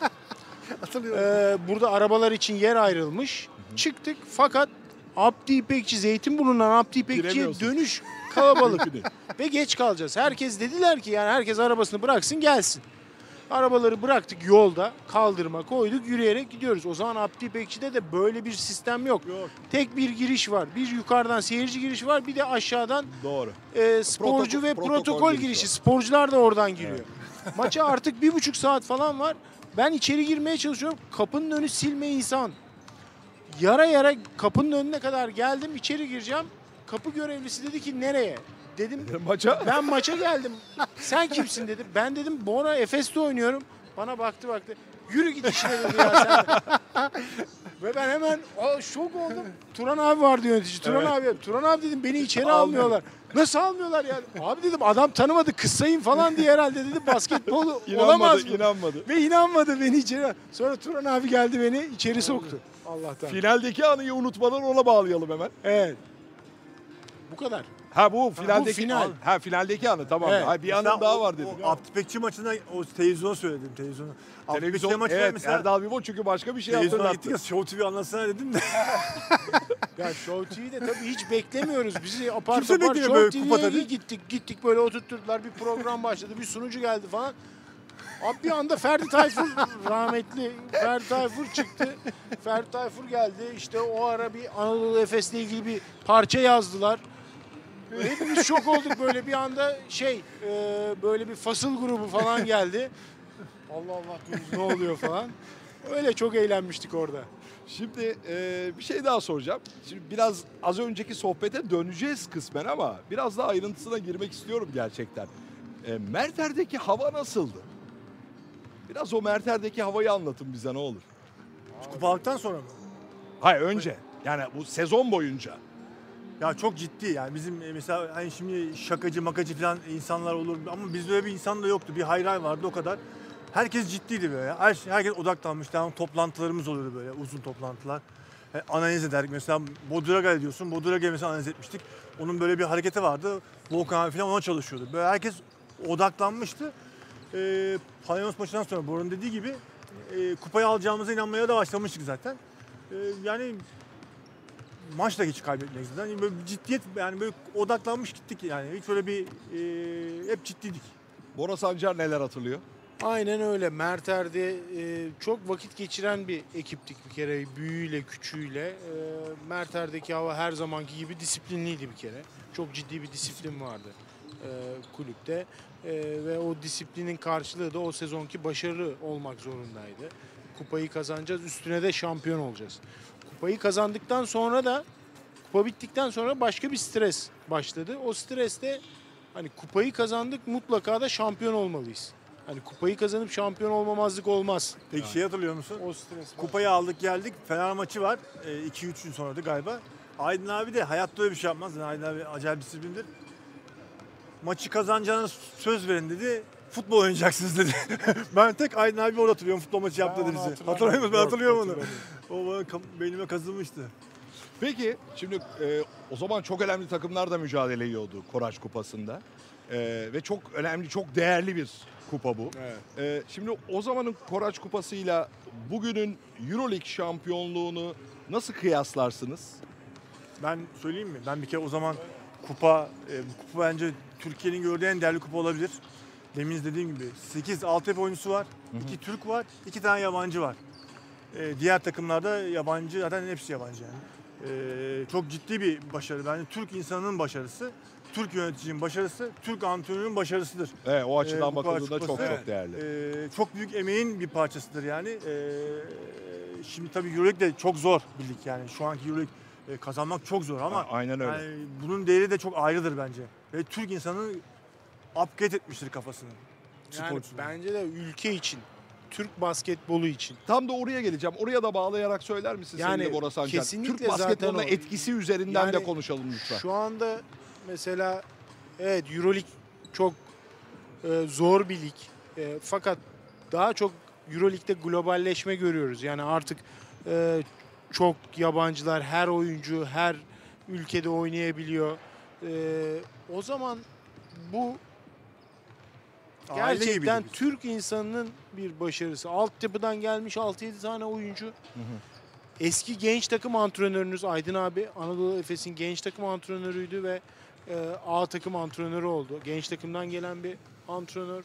Burada arabalar için yer ayrılmış. Çıktık fakat Abdi İpekçi, Zeytinburnu'ndan Abdi İpekçi'ye dönüş kalabalık ve geç kalacağız. Herkes dediler ki yani herkes arabasını bıraksın gelsin. Arabaları bıraktık yolda, kaldırıma koyduk, yürüyerek gidiyoruz. O zaman Abdi İpekçi'de de böyle bir sistem yok. Tek bir giriş var. Bir yukarıdan seyirci girişi var, bir de aşağıdan Doğru. sporcu ve protokol girişi. girişi Sporcular da oradan giriyor. Maça artık 1,5 saat falan var. Ben içeri girmeye çalışıyorum. Kapının önü silme insan. Yara kapının önüne kadar geldim, içeri gireceğim. Kapı görevlisi dedi ki nereye? Dedim Maça? ben maça geldim. Sen kimsin dedi. Ben dedim Bora Efes'te oynuyorum. Bana baktı. Yürü git işine dedi ya sen de. Ve ben hemen şok oldum. Turan abi vardı yönetici. Turan abi dedim beni içeri almıyorlar. Nasıl almıyorlar yani? Abi dedim adam tanımadı kıssayım falan diye herhalde dedi basketbol olamaz mı? İnanmadı. Ve inanmadı beni içeri. Sonra Turan abi geldi beni içeri soktu. Allah'tan. Finaldeki anıyı unutmadan ona bağlayalım hemen. Evet. Bu kadar. Ha bu finaldeki final. Ha finaldeki anı tamam. Evet. Ha, bir anım daha var dedim. Abdülpekçi maçında o televizyonu söyledim. Televizyonu. Televizyon maçı evet mesela Erdal Bibo çünkü başka bir şey televizyona gittik hatırlattı. ya Show TV anlatsana dedim de. Ya Show TV'de tabii hiç beklemiyoruz. Bizi apar Kimse topar beklemiyor Show böyle kupa TV'ye tabii. gittik böyle oturtturdular. Bir program başladı. Bir sunucu geldi falan. Abi bir anda Ferdi Tayfur rahmetli Ferdi Tayfur çıktı. Ferdi Tayfur geldi. İşte o ara bir Anadolu Efes'le ilgili bir parça yazdılar. Hepimiz şok olduk böyle bir anda böyle bir fasıl grubu falan geldi. Allah Allah diyoruz ne oluyor falan. Öyle çok eğlenmiştik orada. Şimdi bir şey daha soracağım. Şimdi biraz az önceki sohbete döneceğiz kısmen ama biraz daha ayrıntısına girmek istiyorum gerçekten. Merter'deki hava nasıldı? Biraz o Merter'deki havayı anlatın bize ne olur. Kupalıktan sonra mı? Hayır önce. Yani bu sezon boyunca. Ya çok ciddi yani bizim mesela hani şimdi şakacı makacı falan insanlar olur ama bizde öyle bir insan da yoktu. Bir hayray vardı o kadar. Herkes ciddiydi böyle. Herkes odaklanmıştı. Yani toplantılarımız oluyordu böyle uzun toplantılar. Analiz ederdik. Mesela Boduraga'ya diyorsun. Boduraga'ya mesela analiz etmiştik. Onun böyle bir hareketi vardı. Volkan abi falan ona çalışıyordu. Böyle herkes odaklanmıştı. Panathinaikos maçından sonra Bora'nın dediği gibi kupayı alacağımıza inanmaya da başlamıştık zaten. Yani maç da hiç kaybetmeyiz zaten. Yani böyle ciddiyet yani böyle odaklanmış gittik yani. Hiç öyle bir hep ciddiydik. Bora Sancar neler hatırlıyor? Aynen öyle. Merter'de çok vakit geçiren bir ekiptik bir kere. Büyüğüyle, küçüğüyle. Merter'deki hava her zamanki gibi disiplinliydi bir kere. Çok ciddi bir disiplin vardı kulüpte. Ve o disiplinin karşılığı da o sezonki başarılı olmak zorundaydı. Kupayı kazanacağız, üstüne de şampiyon olacağız. Kupayı kazandıktan sonra da, kupa bittikten sonra başka bir stres başladı. O streste hani kupayı kazandık, mutlaka da şampiyon olmalıyız. Hani kupayı kazanıp şampiyon olmamazlık olmaz. Peki şey hatırlıyor musun? O stres var. Kupayı aldık geldik. Fener maçı var. 2-3 gün sonraydı galiba. Aydın abi de hayatta öyle bir şey yapmaz. Yani Aydın abi acayip disiplindir. Maçı kazanacağına söz verin dedi. Futbol oynayacaksınız dedi. Ben tek Aydın abi orada hatırlıyorum. Futbol maçı yaptı dedi bize. Hatırlıyor musun? Ben hatırlıyorum onu. O bana beynime kazınmıştı. Peki şimdi o zaman çok önemli takımlar da mücadele ediyordu Koraç Kupası'nda. Ve çok önemli, çok değerli bir kupa bu. Evet. Şimdi o zamanın Koraç Kupası'yla bugünün Euroleague şampiyonluğunu nasıl kıyaslarsınız? Ben söyleyeyim mi? Ben bir kere o zaman kupa bence Türkiye'nin gördüğü en değerli kupa olabilir. Demin dediğim gibi 8 altyapı oyuncusu var. 2 Türk var, 2 tane yabancı var. Diğer takımlarda yabancı, zaten hepsi yabancı yani. Çok ciddi bir başarı. Bence Türk insanının başarısı, Türk yöneticinin başarısı, Türk antrenörünün başarısıdır. Evet, o açıdan bu bakıldığında Koraç çok Kupası. çok değerli. Çok büyük emeğin bir parçasıdır yani. Şimdi tabii Euroleague de çok zor bir lig yani. Şu anki Euroleague kazanmak çok zor ama Aynen öyle. yani bunun değeri de çok ayrıdır bence. Ve Türk insanı upgrade etmiştir kafasını. Yani sporcusunu. bence de ülke için, Türk basketbolu için. Tam da oraya geleceğim. Oraya da bağlayarak söyler misin Yani sevgili Bora Sancar? kesinlikle Türk basketboluna zaten o. etkisi üzerinden de Yani konuşalım lütfen. Şu anda mesela evet Euroleague çok zor bir lig. Fakat daha çok Euroleague'de globalleşme görüyoruz. Yani artık çok yabancılar, her oyuncu her ülkede oynayabiliyor. O zaman bu Aile gibi gerçekten biz. Türk insanının bir başarısı. Altyapıdan gelmiş 6-7 tane oyuncu. Eski genç takım antrenörünüz Aydın abi Anadolu Efes'in genç takım antrenörüydü ve A takım antrenörü oldu. Genç takımdan gelen bir antrenör.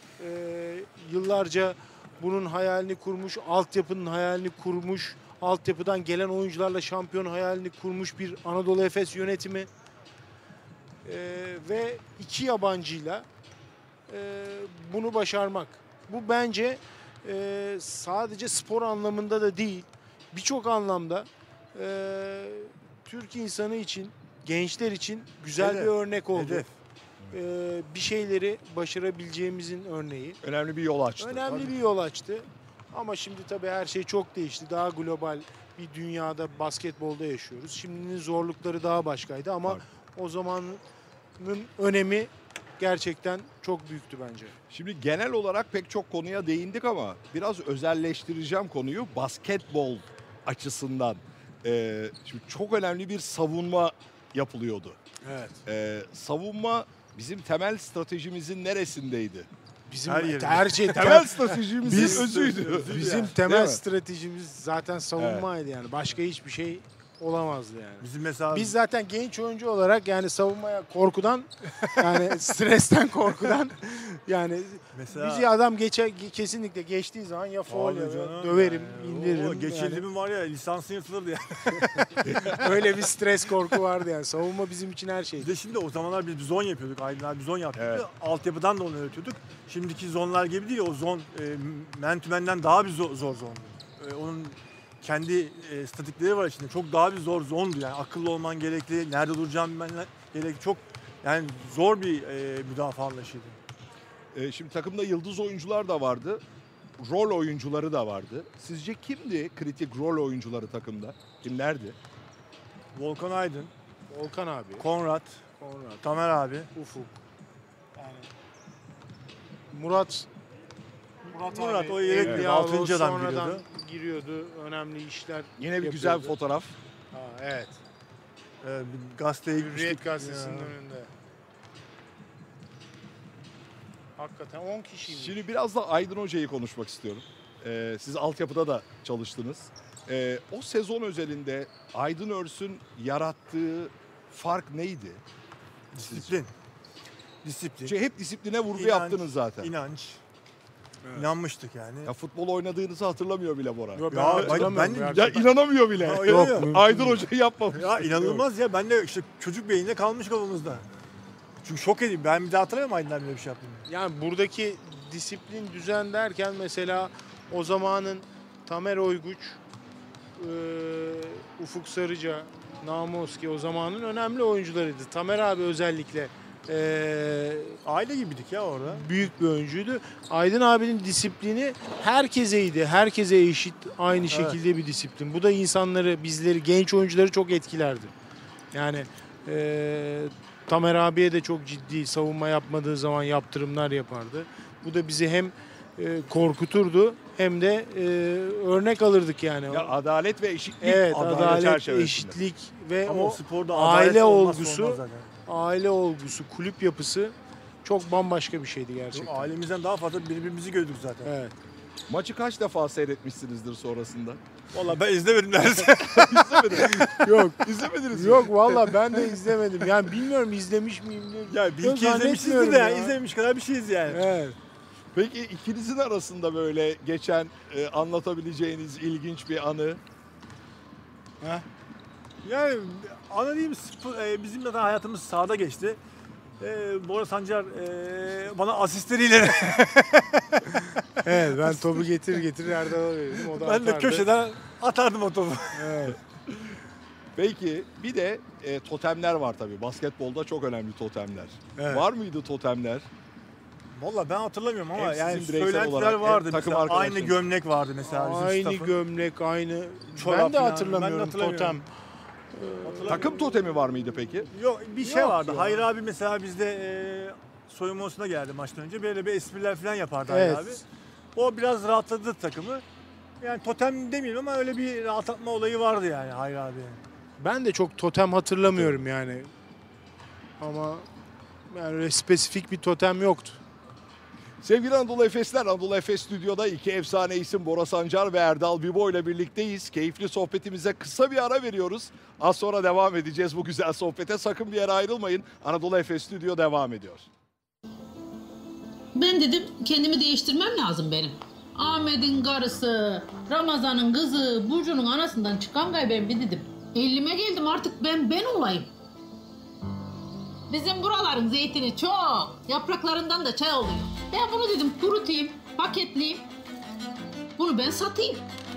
Yıllarca bunun hayalini kurmuş, altyapının hayalini kurmuş, altyapıdan gelen oyuncularla şampiyon hayalini kurmuş bir Anadolu Efes yönetimi. Ve 2 yabancıyla bunu başarmak. Bu bence sadece spor anlamında da değil, birçok anlamda Türk insanı için, gençler için güzel Hedef. bir örnek oldu. Hedef. Bir şeyleri başarabileceğimizin örneği. Önemli bir yol açtı. Önemli bir yol açtı. Ama şimdi tabii her şey çok değişti. Daha global bir dünyada basketbolda yaşıyoruz. Şimdinin zorlukları daha başkaydı ama o zamanın önemi gerçekten çok büyüktü bence. Şimdi genel olarak pek çok konuya değindik ama biraz özelleştireceğim konuyu basketbol açısından. Şimdi çok önemli bir savunma yapılıyordu. Evet. Savunma bizim temel stratejimizin neresindeydi? Bizim Her şey Temel stratejimizin özüydü. bizim Değil temel mi? stratejimiz zaten savunmaydı yani. Başka hiçbir şey olamazdı yani. Bizim mesela Biz zaten genç oyuncu olarak yani savunmaya korkudan yani stresten korkudan yani Mesela- bizi adam kesinlikle geçtiği zaman ya faul ya döverim, indiririm. Geçildi Yani. mi var ya lisansın yırtılırdı ya. Öyle bir stres korku vardı yani. Savunma bizim için her Bir şeydi. de şimdi o zamanlar biz zon yapıyorduk. Aydın abi zon yaptık. Evet. Altyapıdan da onu öğretiyorduk. Şimdiki zonlar gibi değil. O zon mentümenden daha bir zor zondu. Onun kendi statikleri var içinde. Çok daha bir zor zondu yani. Akıllı olman gerekli. Nerede duracağım ben gerekli. Çok yani zor bir müdafaa anlayışıydı. Şimdi takımda yıldız oyuncular da vardı. Rol oyuncuları da vardı. Sizce kimdi kritik rol oyuncuları takımda? Kimlerdi? Volkan Aydın, Volkan abi, Konrad, Tamer abi. Ufuk. Yani Murat Murat abi, o yedek Evet. bir ya, o 6. adam sonradan giriyordu. Önemli işler Yine bir güzel yapıyordu. fotoğraf. Ha, evet. Bir gazeteye Hürriyet gitmiştik. gazetesinin Ya. önünde. Hakikaten 10 kişiymiş. Şimdi biraz da Aydın Hoca'yı konuşmak istiyorum. Siz altyapıda da çalıştınız. O sezon özelinde Aydın Örs'ün yarattığı fark neydi? Disiplin. Disiplin. Çünkü hep disipline vurgu İnanç, yaptınız zaten. İnanç. Evet. İnanmıştık yani. Ya futbol oynadığınızı hatırlamıyor bile Bora. Yo, ben Ya, hatırlamıyorum ben- gerçekten. Ya inanamıyor bile. Ya, Yok, ya. mümkün Aydın değil. Hoca yapmamış. Ya inanılmaz ya. Ben de işte çocuk beyninde kalmış kafamızda. Çünkü şok edeyim. Ben bir daha hatırlamıyorum Aydın'dan böyle bir şey yaptığını. Yani buradaki disiplin, düzen derken mesela o zamanın Tamer Oyguç, Ufuk Sarıca, Namoski o zamanın önemli oyuncularıydı. Tamer abi özellikle Aile gibiydik ya orada. büyük bir oyuncuydu. Aydın abinin disiplini herkeseydi. Herkese eşit aynı şekilde bir disiplin. Bu da insanları, bizleri, genç oyuncuları çok etkilerdi. Yani Tamer abiye de çok ciddi savunma yapmadığı zaman yaptırımlar yapardı. Bu da bizi hem korkuturdu hem de örnek alırdık yani. Ya adalet ve eşitlik Evet, adalet, çerçevesinde. eşitlik ve Ama o sporda aile adalet olmazsa olgusu, olmaz zaten. aile olgusu, kulüp yapısı çok bambaşka bir şeydi gerçekten. Ailemizden daha fazla birbirimizi gördük zaten. Evet. Maçı kaç defa seyretmişsinizdir sonrasında? Vallahi ben izlemedim neredeyse. Yok. İzlemediniz mi? Yok valla ben de izlemedim. Yani bilmiyorum izlemiş miyim. Ya bir Yok, iki izlemişizdir de zannetmiyorum yani ya. izlemiş kadar bir şeyiz yani. Evet. Peki ikinizin arasında böyle geçen anlatabileceğiniz ilginç bir anı? Yani ana diyeyim bizim de hayatımız sahada geçti. Bora Sancar bana asistleriyle Evet ben topu getir Erdal'a verirdim. O da ben de atardı. köşeden atardım o topu. Evet. Peki bir de totemler var tabii. Basketbolda çok önemli totemler. Evet. Var mıydı totemler? Vallahi ben hatırlamıyorum ama Hem yani sizin bireysel söylentiler olarak, hem vardı. takım Mesela aynı arkadaşlarınız. gömlek vardı mesela bizim Aynı staff'ın. gömlek, aynı. Çorap Ben de falan, hatırlamıyorum, ben de hatırlamıyorum. totem. Takım totemi var mıydı peki? Yok bir şey Yok vardı. ya. Hayır abi mesela bizde soyunma odasına geldi maçtan önce. Böyle bir espriler falan yapardı Evet. Hayır abi. O biraz rahatladı takımı. Yani totem demeyeyim ama öyle bir rahatlatma olayı vardı yani Hayır abi. Ben de çok totem hatırlamıyorum yani. Ama yani öyle spesifik bir totem yoktu. Sevgili Anadolu Efesler, Anadolu Efes Stüdyo'da iki efsane isim Bora Sancar ve Erdal Bibo ile birlikteyiz. Keyifli sohbetimize kısa bir ara veriyoruz. Az sonra devam edeceğiz bu güzel sohbete. Sakın bir yere ayrılmayın. Anadolu Efes Stüdyo devam ediyor. Ben dedim kendimi değiştirmem lazım benim. Ahmet'in karısı, Ramazan'ın kızı, Burcu'nun anasından çıkan ben bir dedim. 50'me geldim artık ben olayım. Bizim buraların zeytini çok, yapraklarından da çay oluyor. Ben bunu dedim kurutayım, paketleyeyim. Bunu ben satayım.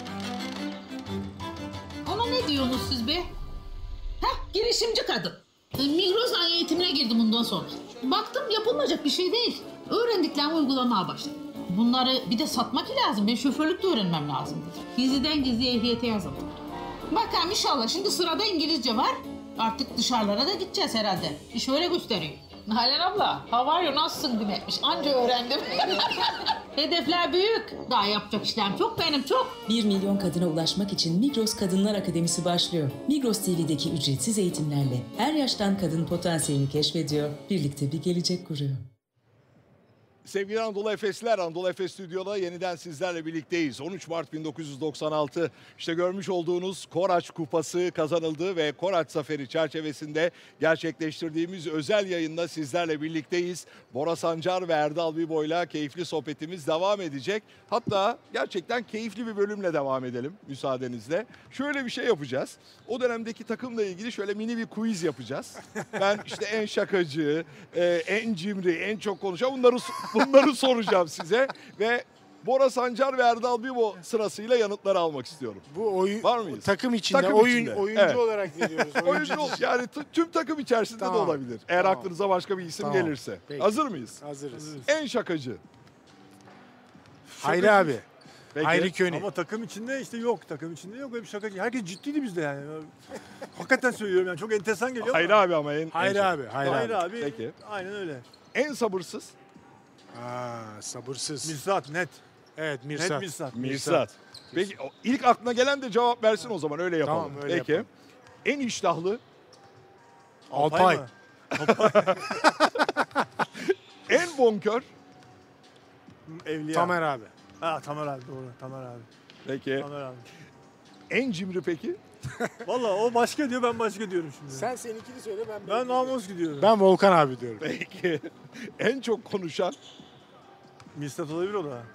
Ona ne diyorsunuz siz be? Heh, girişimci kadın. Migros eğitimine girdim bundan sonra. Baktım yapılmayacak bir şey değil. Öğrendiklerimi uygulamaya başladım. Bunları bir de satmak lazım. Ben şoförlük de öğrenmem lazım dedim. Gizliden gizliye ehliyete yazıldım. Bakalım inşallah şimdi sırada İngilizce var. Artık dışarılara da gideceğiz herhalde. İş öyle gösteriyor. Nalan abla, how are you, nasılsın demekmiş. Anca öğrendim. Hedefler büyük. Daha yapacak işlem çok, benim çok. 1 milyon kadına ulaşmak için Migros Kadınlar Akademisi başlıyor. Migros TV'deki ücretsiz eğitimlerle her yaştan kadın potansiyelini keşfediyor, birlikte bir gelecek kuruyor. Sevgili Anadolu Efesliler, Anadolu Efes Stüdyo'da yeniden sizlerle birlikteyiz. 13 Mart 1996 işte görmüş olduğunuz Koraç Kupası kazanıldı ve Koraç Zaferi çerçevesinde gerçekleştirdiğimiz özel yayında sizlerle birlikteyiz. Bora Sancar ve Erdal Bibo'yla keyifli sohbetimiz devam edecek. Hatta gerçekten keyifli bir bölümle devam edelim müsaadenizle. Şöyle bir şey yapacağız. O dönemdeki takımla ilgili şöyle mini bir quiz yapacağız. Ben işte en şakacı, en cimri, en çok konuşan bunları soracağım size ve Bora Sancar ve Erdal Bibo sırasıyla yanıtları almak istiyorum. Bu oyun var mıyız? Takım içinde, Takım oyuncu evet. olarak veriyoruz. Oyuncu yani tüm takım içerisinde Tamam. de olabilir. Eğer Tamam. aklınıza başka bir isim Tamam. gelirse. Peki. Hazır mıyız? Hazırız. En şakacı. Hayri abi. Peki. Hayri Köni. Ama takım içinde işte yok. Takım içinde yok. Böyle bir şaka. Herkes ciddiydi bizde yani. Hakikaten söylüyorum yani. Çok enteresan geliyor Hayri ama. abi ama Hayri abi. Hayri abi. Peki. Aynen öyle. En sabırsız. Sabırsız. Mirsat net. Evet, Mirsat. Net Mirsat. Mirsat. Peki ilk aklına gelen de cevap versin o zaman öyle yapalım. Tamam, öyle Peki. yapalım. En iştahlı. Alpay. mı? En bonkör. Evliya. Tamer abi. Ha Tamer abi doğru. Tamer abi. Peki. Tamer abi. En cimri peki? Valla o başka diyor, ben başka diyorum şimdi. Sen seninkini söyle, Ben namus gidiyorum. Ben Volkan abi diyorum. Peki. En çok konuşan. Mirsat olabilir o da.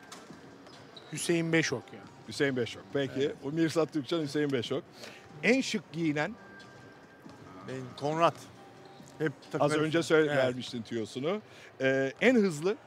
Hüseyin Beşok ya. Hüseyin Beşok. Peki. O Mirsat Türkçen, Hüseyin Beşok. En şık giyinen. Ben Konrad. Hep Az önce vermiştin tüyosunu. En hızlı.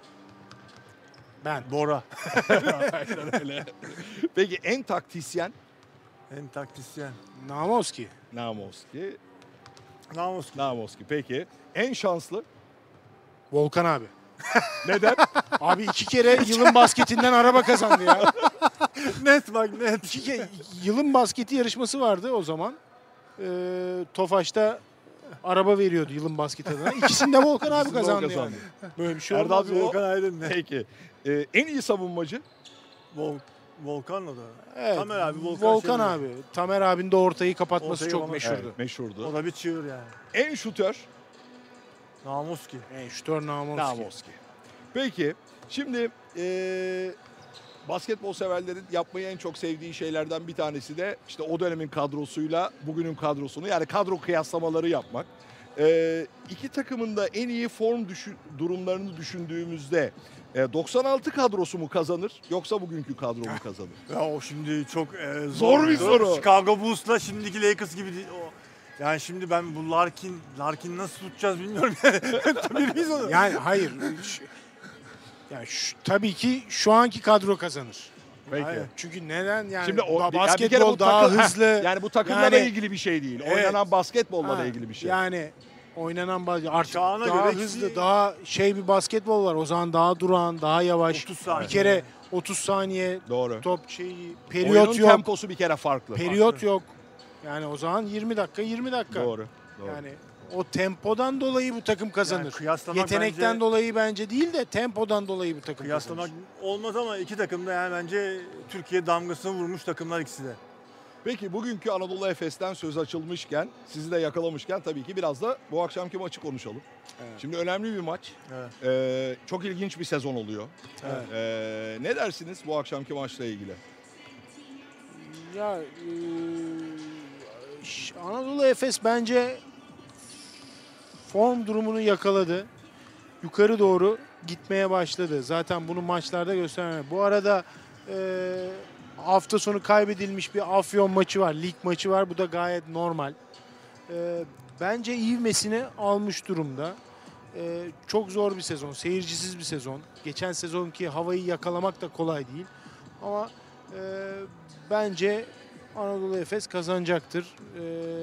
Ben. Bora. Aynen öyle. Peki en taktisyen. En taktisyen. Namoski. Namoski. Namoski. Peki. En şanslı. Volkan abi. Neden? Abi 2 kere yılın basketinden araba kazandı ya. Net bak net. 2 kere yılın basketi yarışması vardı o zaman. Tofaş'ta araba veriyordu yılın basketi adına. İkisini de Volkan abi kazandı yani. Böyle bir şey olmaz. Volkan Aydın net. Peki. En iyi savunmacı. Volkan o da. Evet, Tamer abi. Volkan abi. Tamer abinin de ortayı kapatması çok meşhurdu. Evet, meşhurdu. O da bir çığır yani. En şutör. Namuski. Şutör Namoski. Peki. Şimdi basketbol severlerin yapmayı en çok sevdiği şeylerden bir tanesi de işte o dönemin kadrosuyla bugünün kadrosunu yani kadro kıyaslamaları yapmak. İki takımın da en iyi form durumlarını düşündüğümüzde 96 kadrosu mu kazanır yoksa bugünkü kadro mu kazanır? Ya o şimdi çok zor bir soru. Chicago Bulls'la şimdiki Lakers gibi değil. Yani şimdi ben bu Larkin nasıl tutacağız bilmiyorum yani. Tabii biz onu. Yani hayır. Yani tabii ki şu anki kadro kazanır. Peki. Hayır. Çünkü neden yani Şimdi basketbol daha hızlı. Yani bu takımla ilgili bir şey değil. Evet. Oynanan basketbolla ilgili bir şey. Yani oynanan artık Çağına daha göre hızlı, daha bir basketbol var. O zaman daha durağan, daha yavaş. 30 saniye. Bir kere 30 saniye Doğru. top periyot Oyunun yok. temposu bir kere farklı. Periyot yok. Yani o zaman 20 dakika. Doğru. Yani o tempodan dolayı bu takım kazanır. Yani kıyaslamak Yetenekten bence, dolayı bence değil de tempodan dolayı bu takım kıyaslamak kazanır. olmaz ama iki takım da yani bence Türkiye damgasını vurmuş takımlar ikisi de. Peki bugünkü Anadolu Efes'ten söz açılmışken, sizi de yakalamışken tabii ki biraz da bu akşamki maçı konuşalım. Evet. Şimdi önemli bir maç. Evet. Çok ilginç bir sezon oluyor. Evet. Ne dersiniz bu akşamki maçla ilgili? Ya Anadolu Efes bence form durumunu yakaladı. Yukarı doğru gitmeye başladı. Zaten bunu maçlarda göstermeye. Bu arada hafta sonu kaybedilmiş bir Afyon maçı var. Lig maçı var. Bu da gayet normal. Bence ivmesini almış durumda. Çok zor bir sezon. Seyircisiz bir sezon. Geçen sezonki havayı yakalamak da kolay değil. Ama bence Anadolu Efes kazanacaktır.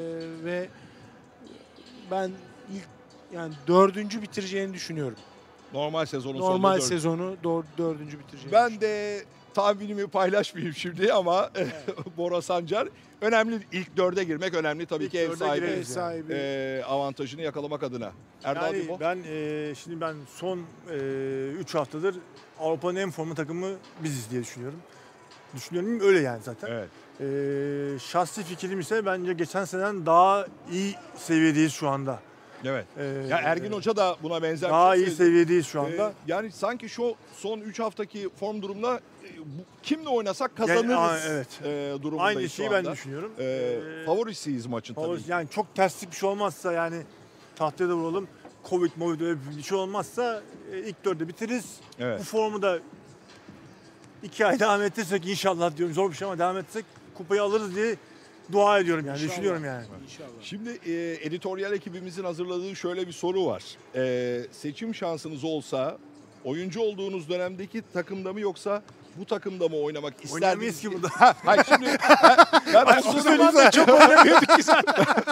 Ve ben ilk yani 4. bitireceğini düşünüyorum. Normal sezonun Normal sonunda sezonu dördüncü bitireceğini Ben de tahminimi paylaşmayayım şimdi ama Bora Sancar önemli. İlk dörde girmek önemli tabii İlk ki ev dörde sahibi, gireriz avantajını yakalamak adına. Erdal Yani Bibo. şimdi ben son 3 haftadır Avrupa'nın en formlu takımı biziz diye düşünüyorum. Düşünüyorum öyle yani zaten. Evet. Şahsi fikrim ise bence geçen seneden daha iyi seviyedeyiz şu anda. Evet. Ya Ergin Hoca da buna benzer daha bir şey iyi söyledi. seviyedeyiz şu anda. Yani sanki şu son 3 haftaki form durumuna kimle oynasak kazanırız evet. durumundayız Aynı şeyi şu anda. ben düşünüyorum. Favorisiyiz maçın tabii. Yani çok terslik bir şey olmazsa yani tahtaya da vuralım. Covid öyle bir şey olmazsa ilk dörde bitiririz. Evet. Bu formu da 2 ay devam ettirsek inşallah diyorum. Zor bir şey ama devam etsek kupayı alırız diye dua ediyorum yani. Düşünüyorum yani. İnşallah. Şimdi editoryal ekibimizin hazırladığı şöyle bir soru var. Seçim şansınız olsa oyuncu olduğunuz dönemdeki takımda mı yoksa bu takımda mı oynamak isterdiniz? Oynayamayız ki burada. Hayır şimdi ben o soruyu çok oynamıyorduk ki sen.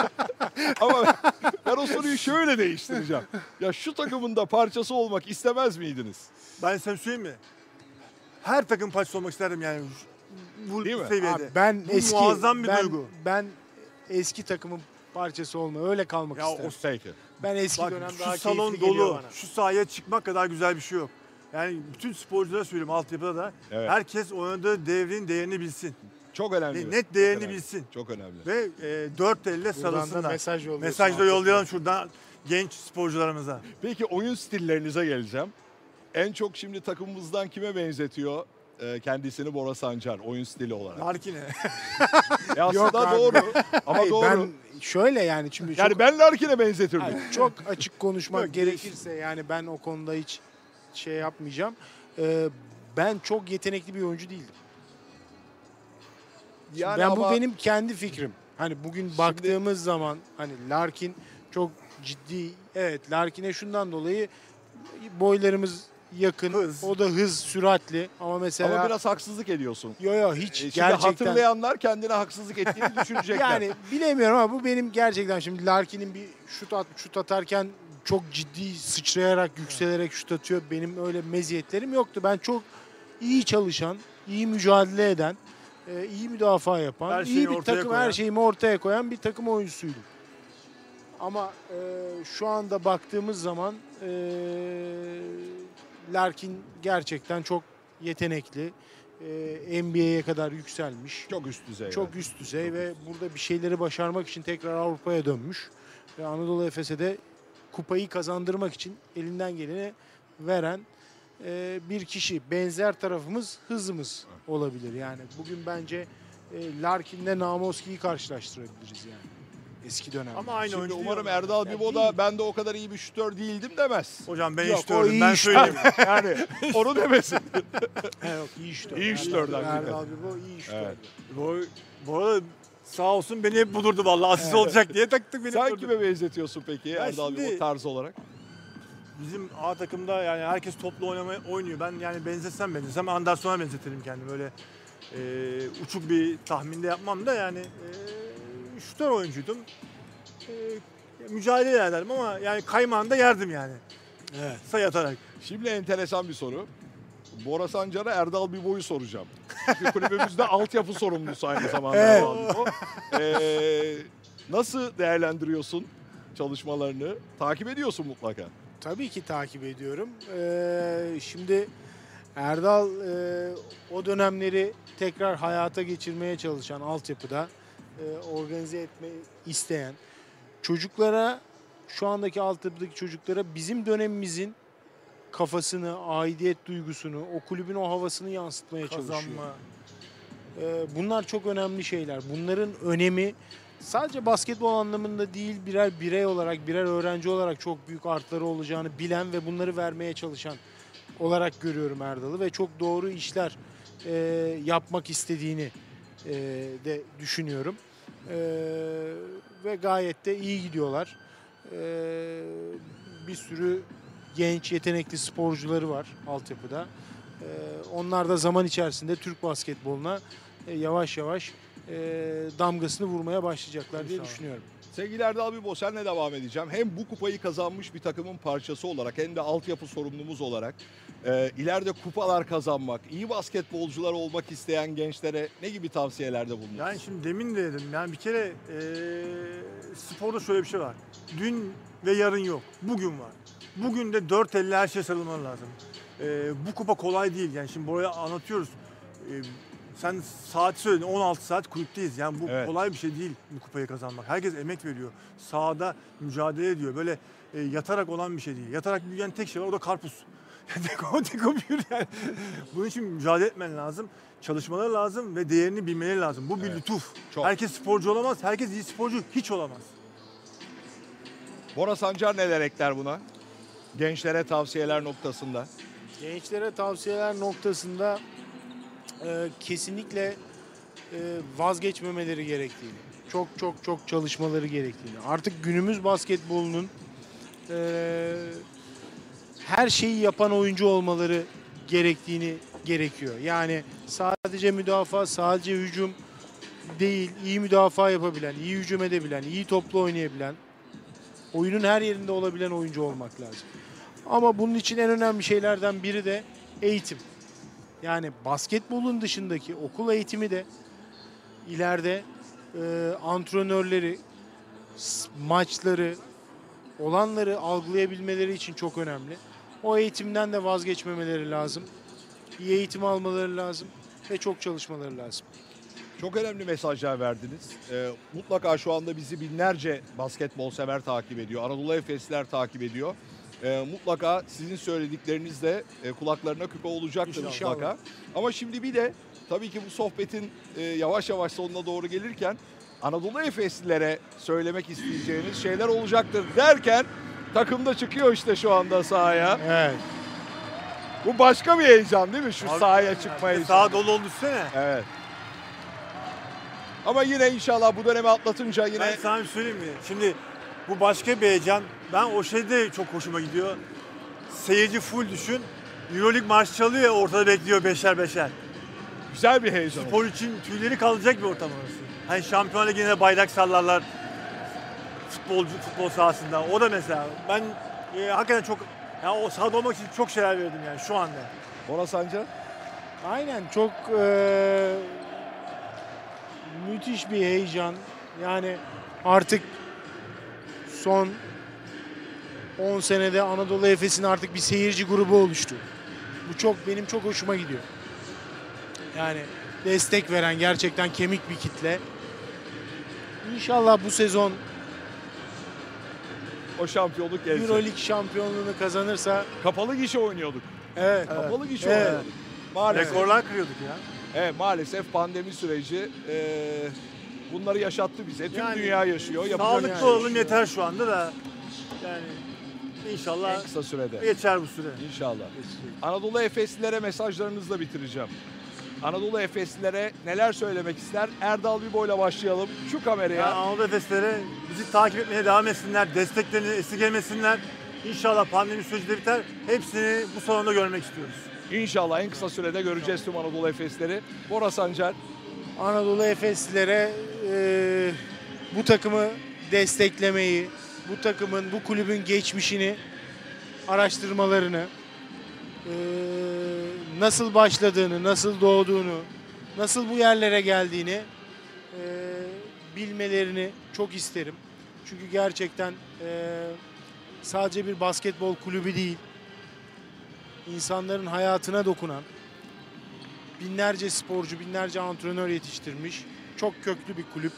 Ama ben o soruyu şöyle değiştireceğim. Ya şu takımın da parçası olmak istemez miydiniz? Ben size söyleyeyim mi? Her takım parçası olmak isterdim yani. Bu Değil mi? seviyede. Abi ben Bu muazzam bir duygu. Ben eski takımın parçası olma, öyle kalmak Ya isterim. Peki. Ben eski Bak, dönem şu daha salon keyifli geliyor dolu, bana. şu sahaya çıkmak kadar güzel bir şey yok. Yani bütün sporculara söylüyorum altyapıda da. Evet. Herkes oynadığı devrin değerini bilsin. Çok önemli. Net değerini Çok önemli. bilsin. Çok önemli. Ve dört elle Buradan da sarılsınlar. mesaj yolluyorsun. Mesaj da yollayalım şuradan genç sporcularımıza. Peki oyun stillerinize geleceğim. En çok şimdi takımımızdan kime benzetiyor kendisini Bora Sancar oyun stili olarak? Larkin'e. Aslında Yok abi. doğru. Ama Hayır, doğru. ben şöyle yani şimdi Yani çok, ben Larkin'e benzetirdim. hayır, çok açık konuşmak Yok, gerekirse yani ben o konuda hiç şey yapmayacağım. Ben çok yetenekli bir oyuncu değildim. Yani Ben ama bu benim kendi fikrim. Hani bugün baktığımız zaman hani Larkin çok ciddi, evet Larkin'e şundan dolayı boylarımız yakın. Hız. O da hız, süratli ama mesela ama biraz haksızlık ediyorsun. yo hiç Şimdi gerçekten hatırlayanlar kendine haksızlık ettiğini düşünecekler. yani bilemiyorum ama bu benim gerçekten şimdi Larkin'in bir şut atarken çok ciddi sıçrayarak, yükselerek şut atıyor. Benim öyle meziyetlerim yoktu. Ben çok iyi çalışan, iyi mücadele eden, iyi müdafaa yapan, Her şeyi iyi bir ortaya takım, koyan. her şeyimi ortaya koyan bir takım oyuncusuydum. Ama şu anda baktığımız zaman Larkin gerçekten çok yetenekli. NBA'ye kadar yükselmiş. Çok üst düzey. Çok yani. üst düzey ve burada bir şeyleri başarmak için tekrar Avrupa'ya dönmüş. Ve Anadolu Efes'e de kupayı kazandırmak için elinden geleni veren bir kişi. Benzer tarafımız hızımız olabilir. Yani bugün bence Larkin'le Namoski'yi karşılaştırabiliriz yani. Eski dönemde. Ama aynı Şimdi oyuncu değil umarım onlar. Erdal Ya Bibo da ben de o kadar iyi bir şütör değildim demez. Hocam ben Yok, işte o öyle. iyi Ben işte. söyleyeyim. Yani onu demesin. Yok, iyi şütör. İyi şütördü hakikaten. Erdal Bibo iyi şütördü. Evet. Bu arada sağ olsun beni hep bulurdu vallahi asist olacak diye taktık beni. Sen bulurdu. kime benzetiyorsun peki Ya Erdal şimdi- Bibo tarz olarak? Bizim A takımda yani herkes toplu oynuyor. Ben yani benzetsem Anderson'a benzetirim kendimi. Böyle uçuk bir tahminde yapmam da yani şutör oyuncuydum. Mücadele ederdim ama yani kaymağında yerdim yani. Evet. Sayı atarak. Şimdi enteresan bir soru. Bora Sancar'a Erdal Bibo'yu soracağım. Çünkü kulübümüzde altyapı sorumlusu aynı zamanda Evet. Erdal Bibo. Nasıl değerlendiriyorsun çalışmalarını? Takip ediyorsun mutlaka. Tabii ki takip ediyorum. Şimdi Erdal o dönemleri tekrar hayata geçirmeye çalışan altyapıda organize etmeyi isteyen çocuklara, şu andaki altyapıdaki çocuklara bizim dönemimizin kafasını, aidiyet duygusunu, o kulübün o havasını yansıtmaya çalışıyor. Kazanma. Bunlar çok önemli şeyler. Bunların önemi sadece basketbol anlamında değil, birer birey olarak, birer öğrenci olarak çok büyük artıları olacağını bilen ve bunları vermeye çalışan olarak görüyorum Erdal'ı ve çok doğru işler yapmak istediğini de düşünüyorum. Ve gayet de iyi gidiyorlar. Bir sürü genç, yetenekli sporcuları var altyapıda. Onlar da zaman içerisinde Türk basketboluna yavaş yavaş damgasını vurmaya başlayacaklar diye İnşallah. düşünüyorum. Sevgili Erdal Bibo, senle devam edeceğim. Hem bu kupayı kazanmış bir takımın parçası olarak hem de altyapı sorumlumuz olarak ileride kupalar kazanmak, iyi basketbolcular olmak isteyen gençlere ne gibi tavsiyelerde bulunursunuz? Yani şimdi demin de dedim. Yani bir kere sporda şöyle bir şey var. Dün ve yarın yok. Bugün var. Bugün de dört elle her şey sarılman lazım. Bu kupa kolay değil. Yani şimdi buraya anlatıyoruz. Sen saat söyledin, 16 saat kulüpteyiz. Yani bu kolay bir şey değil bu kupayı kazanmak. Herkes emek veriyor. Sahada mücadele ediyor. Böyle yatarak olan bir şey değil. Yatarak büyüyen tek şey var, o da karpuz. tek o büyür yani. Bunun için mücadele etmen lazım. Çalışmaları lazım ve değerini bilmeleri lazım. Bu bir lütuf. Çok. Herkes sporcu olamaz. Herkes iyi sporcu hiç olamaz. Bora Sancar neler ekler buna? Gençlere tavsiyeler noktasında. Gençlere tavsiyeler noktasında kesinlikle vazgeçmemeleri gerektiğini, çok çalışmaları gerektiğini. Artık günümüz basketbolunun her şeyi yapan oyuncu olmaları gerekiyor. Yani sadece müdafaa, sadece hücum değil, iyi müdafaa yapabilen, iyi hücum edebilen, iyi toplu oynayabilen, oyunun her yerinde olabilen oyuncu olmak lazım. Ama bunun için en önemli şeylerden biri de eğitim. Yani basketbolun dışındaki okul eğitimi de ileride antrenörleri, maçları, olanları algılayabilmeleri için çok önemli. O eğitimden de vazgeçmemeleri lazım. İyi eğitim almaları lazım ve çok çalışmaları lazım. Çok önemli mesajlar verdiniz. Mutlaka şu anda bizi binlerce basketbol sever takip ediyor. Anadolu Efesliler takip ediyor. Mutlaka sizin söyledikleriniz de kulaklarına küpe olacaktır mutlaka. Ama şimdi bir de tabii ki bu sohbetin yavaş yavaş sonuna doğru gelirken Anadolu Efeslilere söylemek isteyeceğiniz şeyler olacaktır derken takım da çıkıyor işte şu anda sahaya. Evet. Bu başka bir heyecan değil mi? Şu sahaya çıkma heyecanı. Saha dolu oldu sene. Evet. Ama yine inşallah bu dönemi atlatınca yine... Ben sana bir söyleyeyim mi? Şimdi bu başka bir heyecan. Ben o şeyde çok hoşuma gidiyor. Seyirci full düşün. Euroleague marşı çalıyor ya, ortada bekliyor beşer beşer. Güzel bir heyecan. Spor için tüyleri kalacak bir ortam orası. Hani Şampiyonlar Ligi'nde bayrak sallarlar futbol sahasında. O da mesela ben hakikaten çok yani o sahada olmak için çok şeyler verdim yani şu anda. Bora Sancar? Aynen, çok müthiş bir heyecan. Yani artık son 10 senede Anadolu Efes'in artık bir seyirci grubu oluştu. Bu benim çok hoşuma gidiyor. Yani destek veren gerçekten kemik bir kitle. İnşallah bu sezon o şampiyonluk gelecek. Euroleague şampiyonluğunu kazanırsa. Kapalı gişe oynuyorduk. Evet. Kapalı gişe oynuyorduk. Maalesef. Rekorlar kırıyorduk ya. Evet, maalesef pandemi süreci bunları yaşattı bize. Tüm Yani dünya yaşıyor. Sağlıklı olalım yeter şu anda da. Yani inşallah en kısa sürede. Geçer bu süre. İnşallah. Anadolu Efeslilere mesajlarınızla bitireceğim. Anadolu Efeslilere neler söylemek ister? Erdal Bibo'yla başlayalım. Şu kameraya. Yani Anadolu Efeslilere bizi takip etmeye devam etsinler. Desteklerini esirgemesinler. İnşallah pandemi süreci de biter. Hepsini bu salonda görmek istiyoruz. İnşallah en kısa sürede göreceğiz tüm Anadolu Efesleri. Bora Sancar. Anadolu Efeslilere bu takımı desteklemeyi, bu takımın, bu kulübün geçmişini araştırmalarını, nasıl başladığını, nasıl doğduğunu, nasıl bu yerlere geldiğini bilmelerini çok isterim. Çünkü gerçekten sadece bir basketbol kulübü değil, insanların hayatına dokunan, binlerce sporcu, binlerce antrenör yetiştirmiş çok köklü bir kulüp.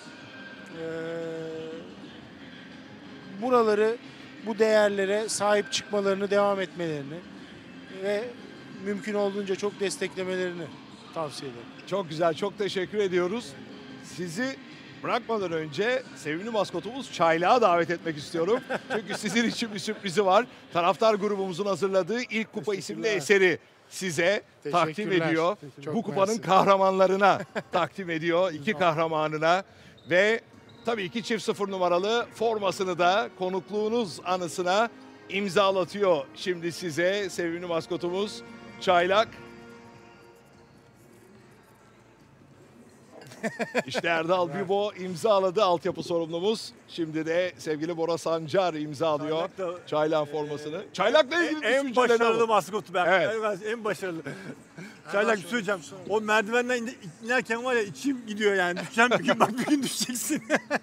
Buraları, bu değerlere sahip çıkmalarını, devam etmelerini ve mümkün olduğunca çok desteklemelerini tavsiye ederim. Çok güzel, çok teşekkür ediyoruz. Sizi bırakmadan önce sevimli maskotumuz Çaylak'a davet etmek istiyorum. Çünkü sizin için bir sürprizi var. Taraftar grubumuzun hazırladığı İlk Kupa isimli eseri size takdim ediyor. Bu kupanın kahramanlarına takdim ediyor. İki kahramanına ve tabii ki çift 0 numaralı formasını da konukluğunuz anısına imzalatıyor şimdi size sevimli maskotumuz Çaylak. İşte Erdal Bibo imzaladı, altyapı sorumlumuz. Şimdi de sevgili Bora Sancar imzalıyor Çaylak formasını. Çaylak'la ilgili En düşüncelerini başarılı alalım. maskot ben. Evet. En başarılı. Çaylak bir şey söyleyeceğim. O merdivenden inerken var ya içim gidiyor yani. Düşeceğim bir gün, bak bir gün düşeceksin.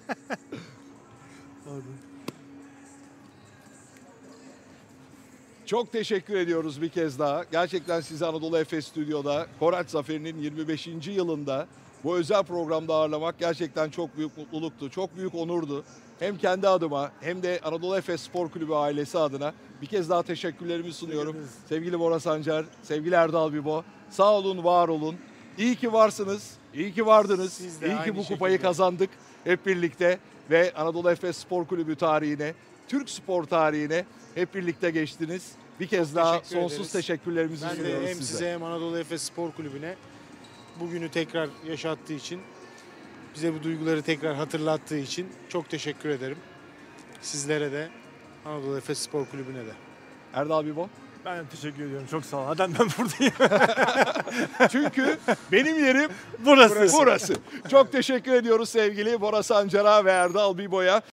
Çok teşekkür ediyoruz bir kez daha. Gerçekten sizi Anadolu Efes Stüdyo'da Koraç Zaferi'nin 25. yılında bu özel programda ağırlamak gerçekten çok büyük mutluluktu. Çok büyük onurdu. Hem kendi adıma hem de Anadolu Efes Spor Kulübü ailesi adına bir kez daha teşekkürlerimi sunuyorum. Sevgili Bora Sancar, sevgili Erdal Bibo, sağ olun, var olun. İyi ki varsınız, iyi ki vardınız. Siz de İyi ki aynı bu kupayı şekilde. kazandık hep birlikte ve Anadolu Efes Spor Kulübü tarihine, Türk spor tarihine hep birlikte geçtiniz. Bir kez daha teşekkür sonsuz ederiz. teşekkürlerimizi Ben sunuyoruz de hem size. size hem Anadolu Efes Spor Kulübü'ne bugünü tekrar yaşattığı için, bize bu duyguları tekrar hatırlattığı için çok teşekkür ederim. Sizlere de, Anadolu Efes Spor Kulübü'ne de. Erdal Bibo. Ben de teşekkür ediyorum. Çok sağ ol. Neden ben buradayım? Çünkü benim yerim Burası. burası. Çok teşekkür ediyoruz sevgili Bora Sancar'a ve Erdal Bibo'ya.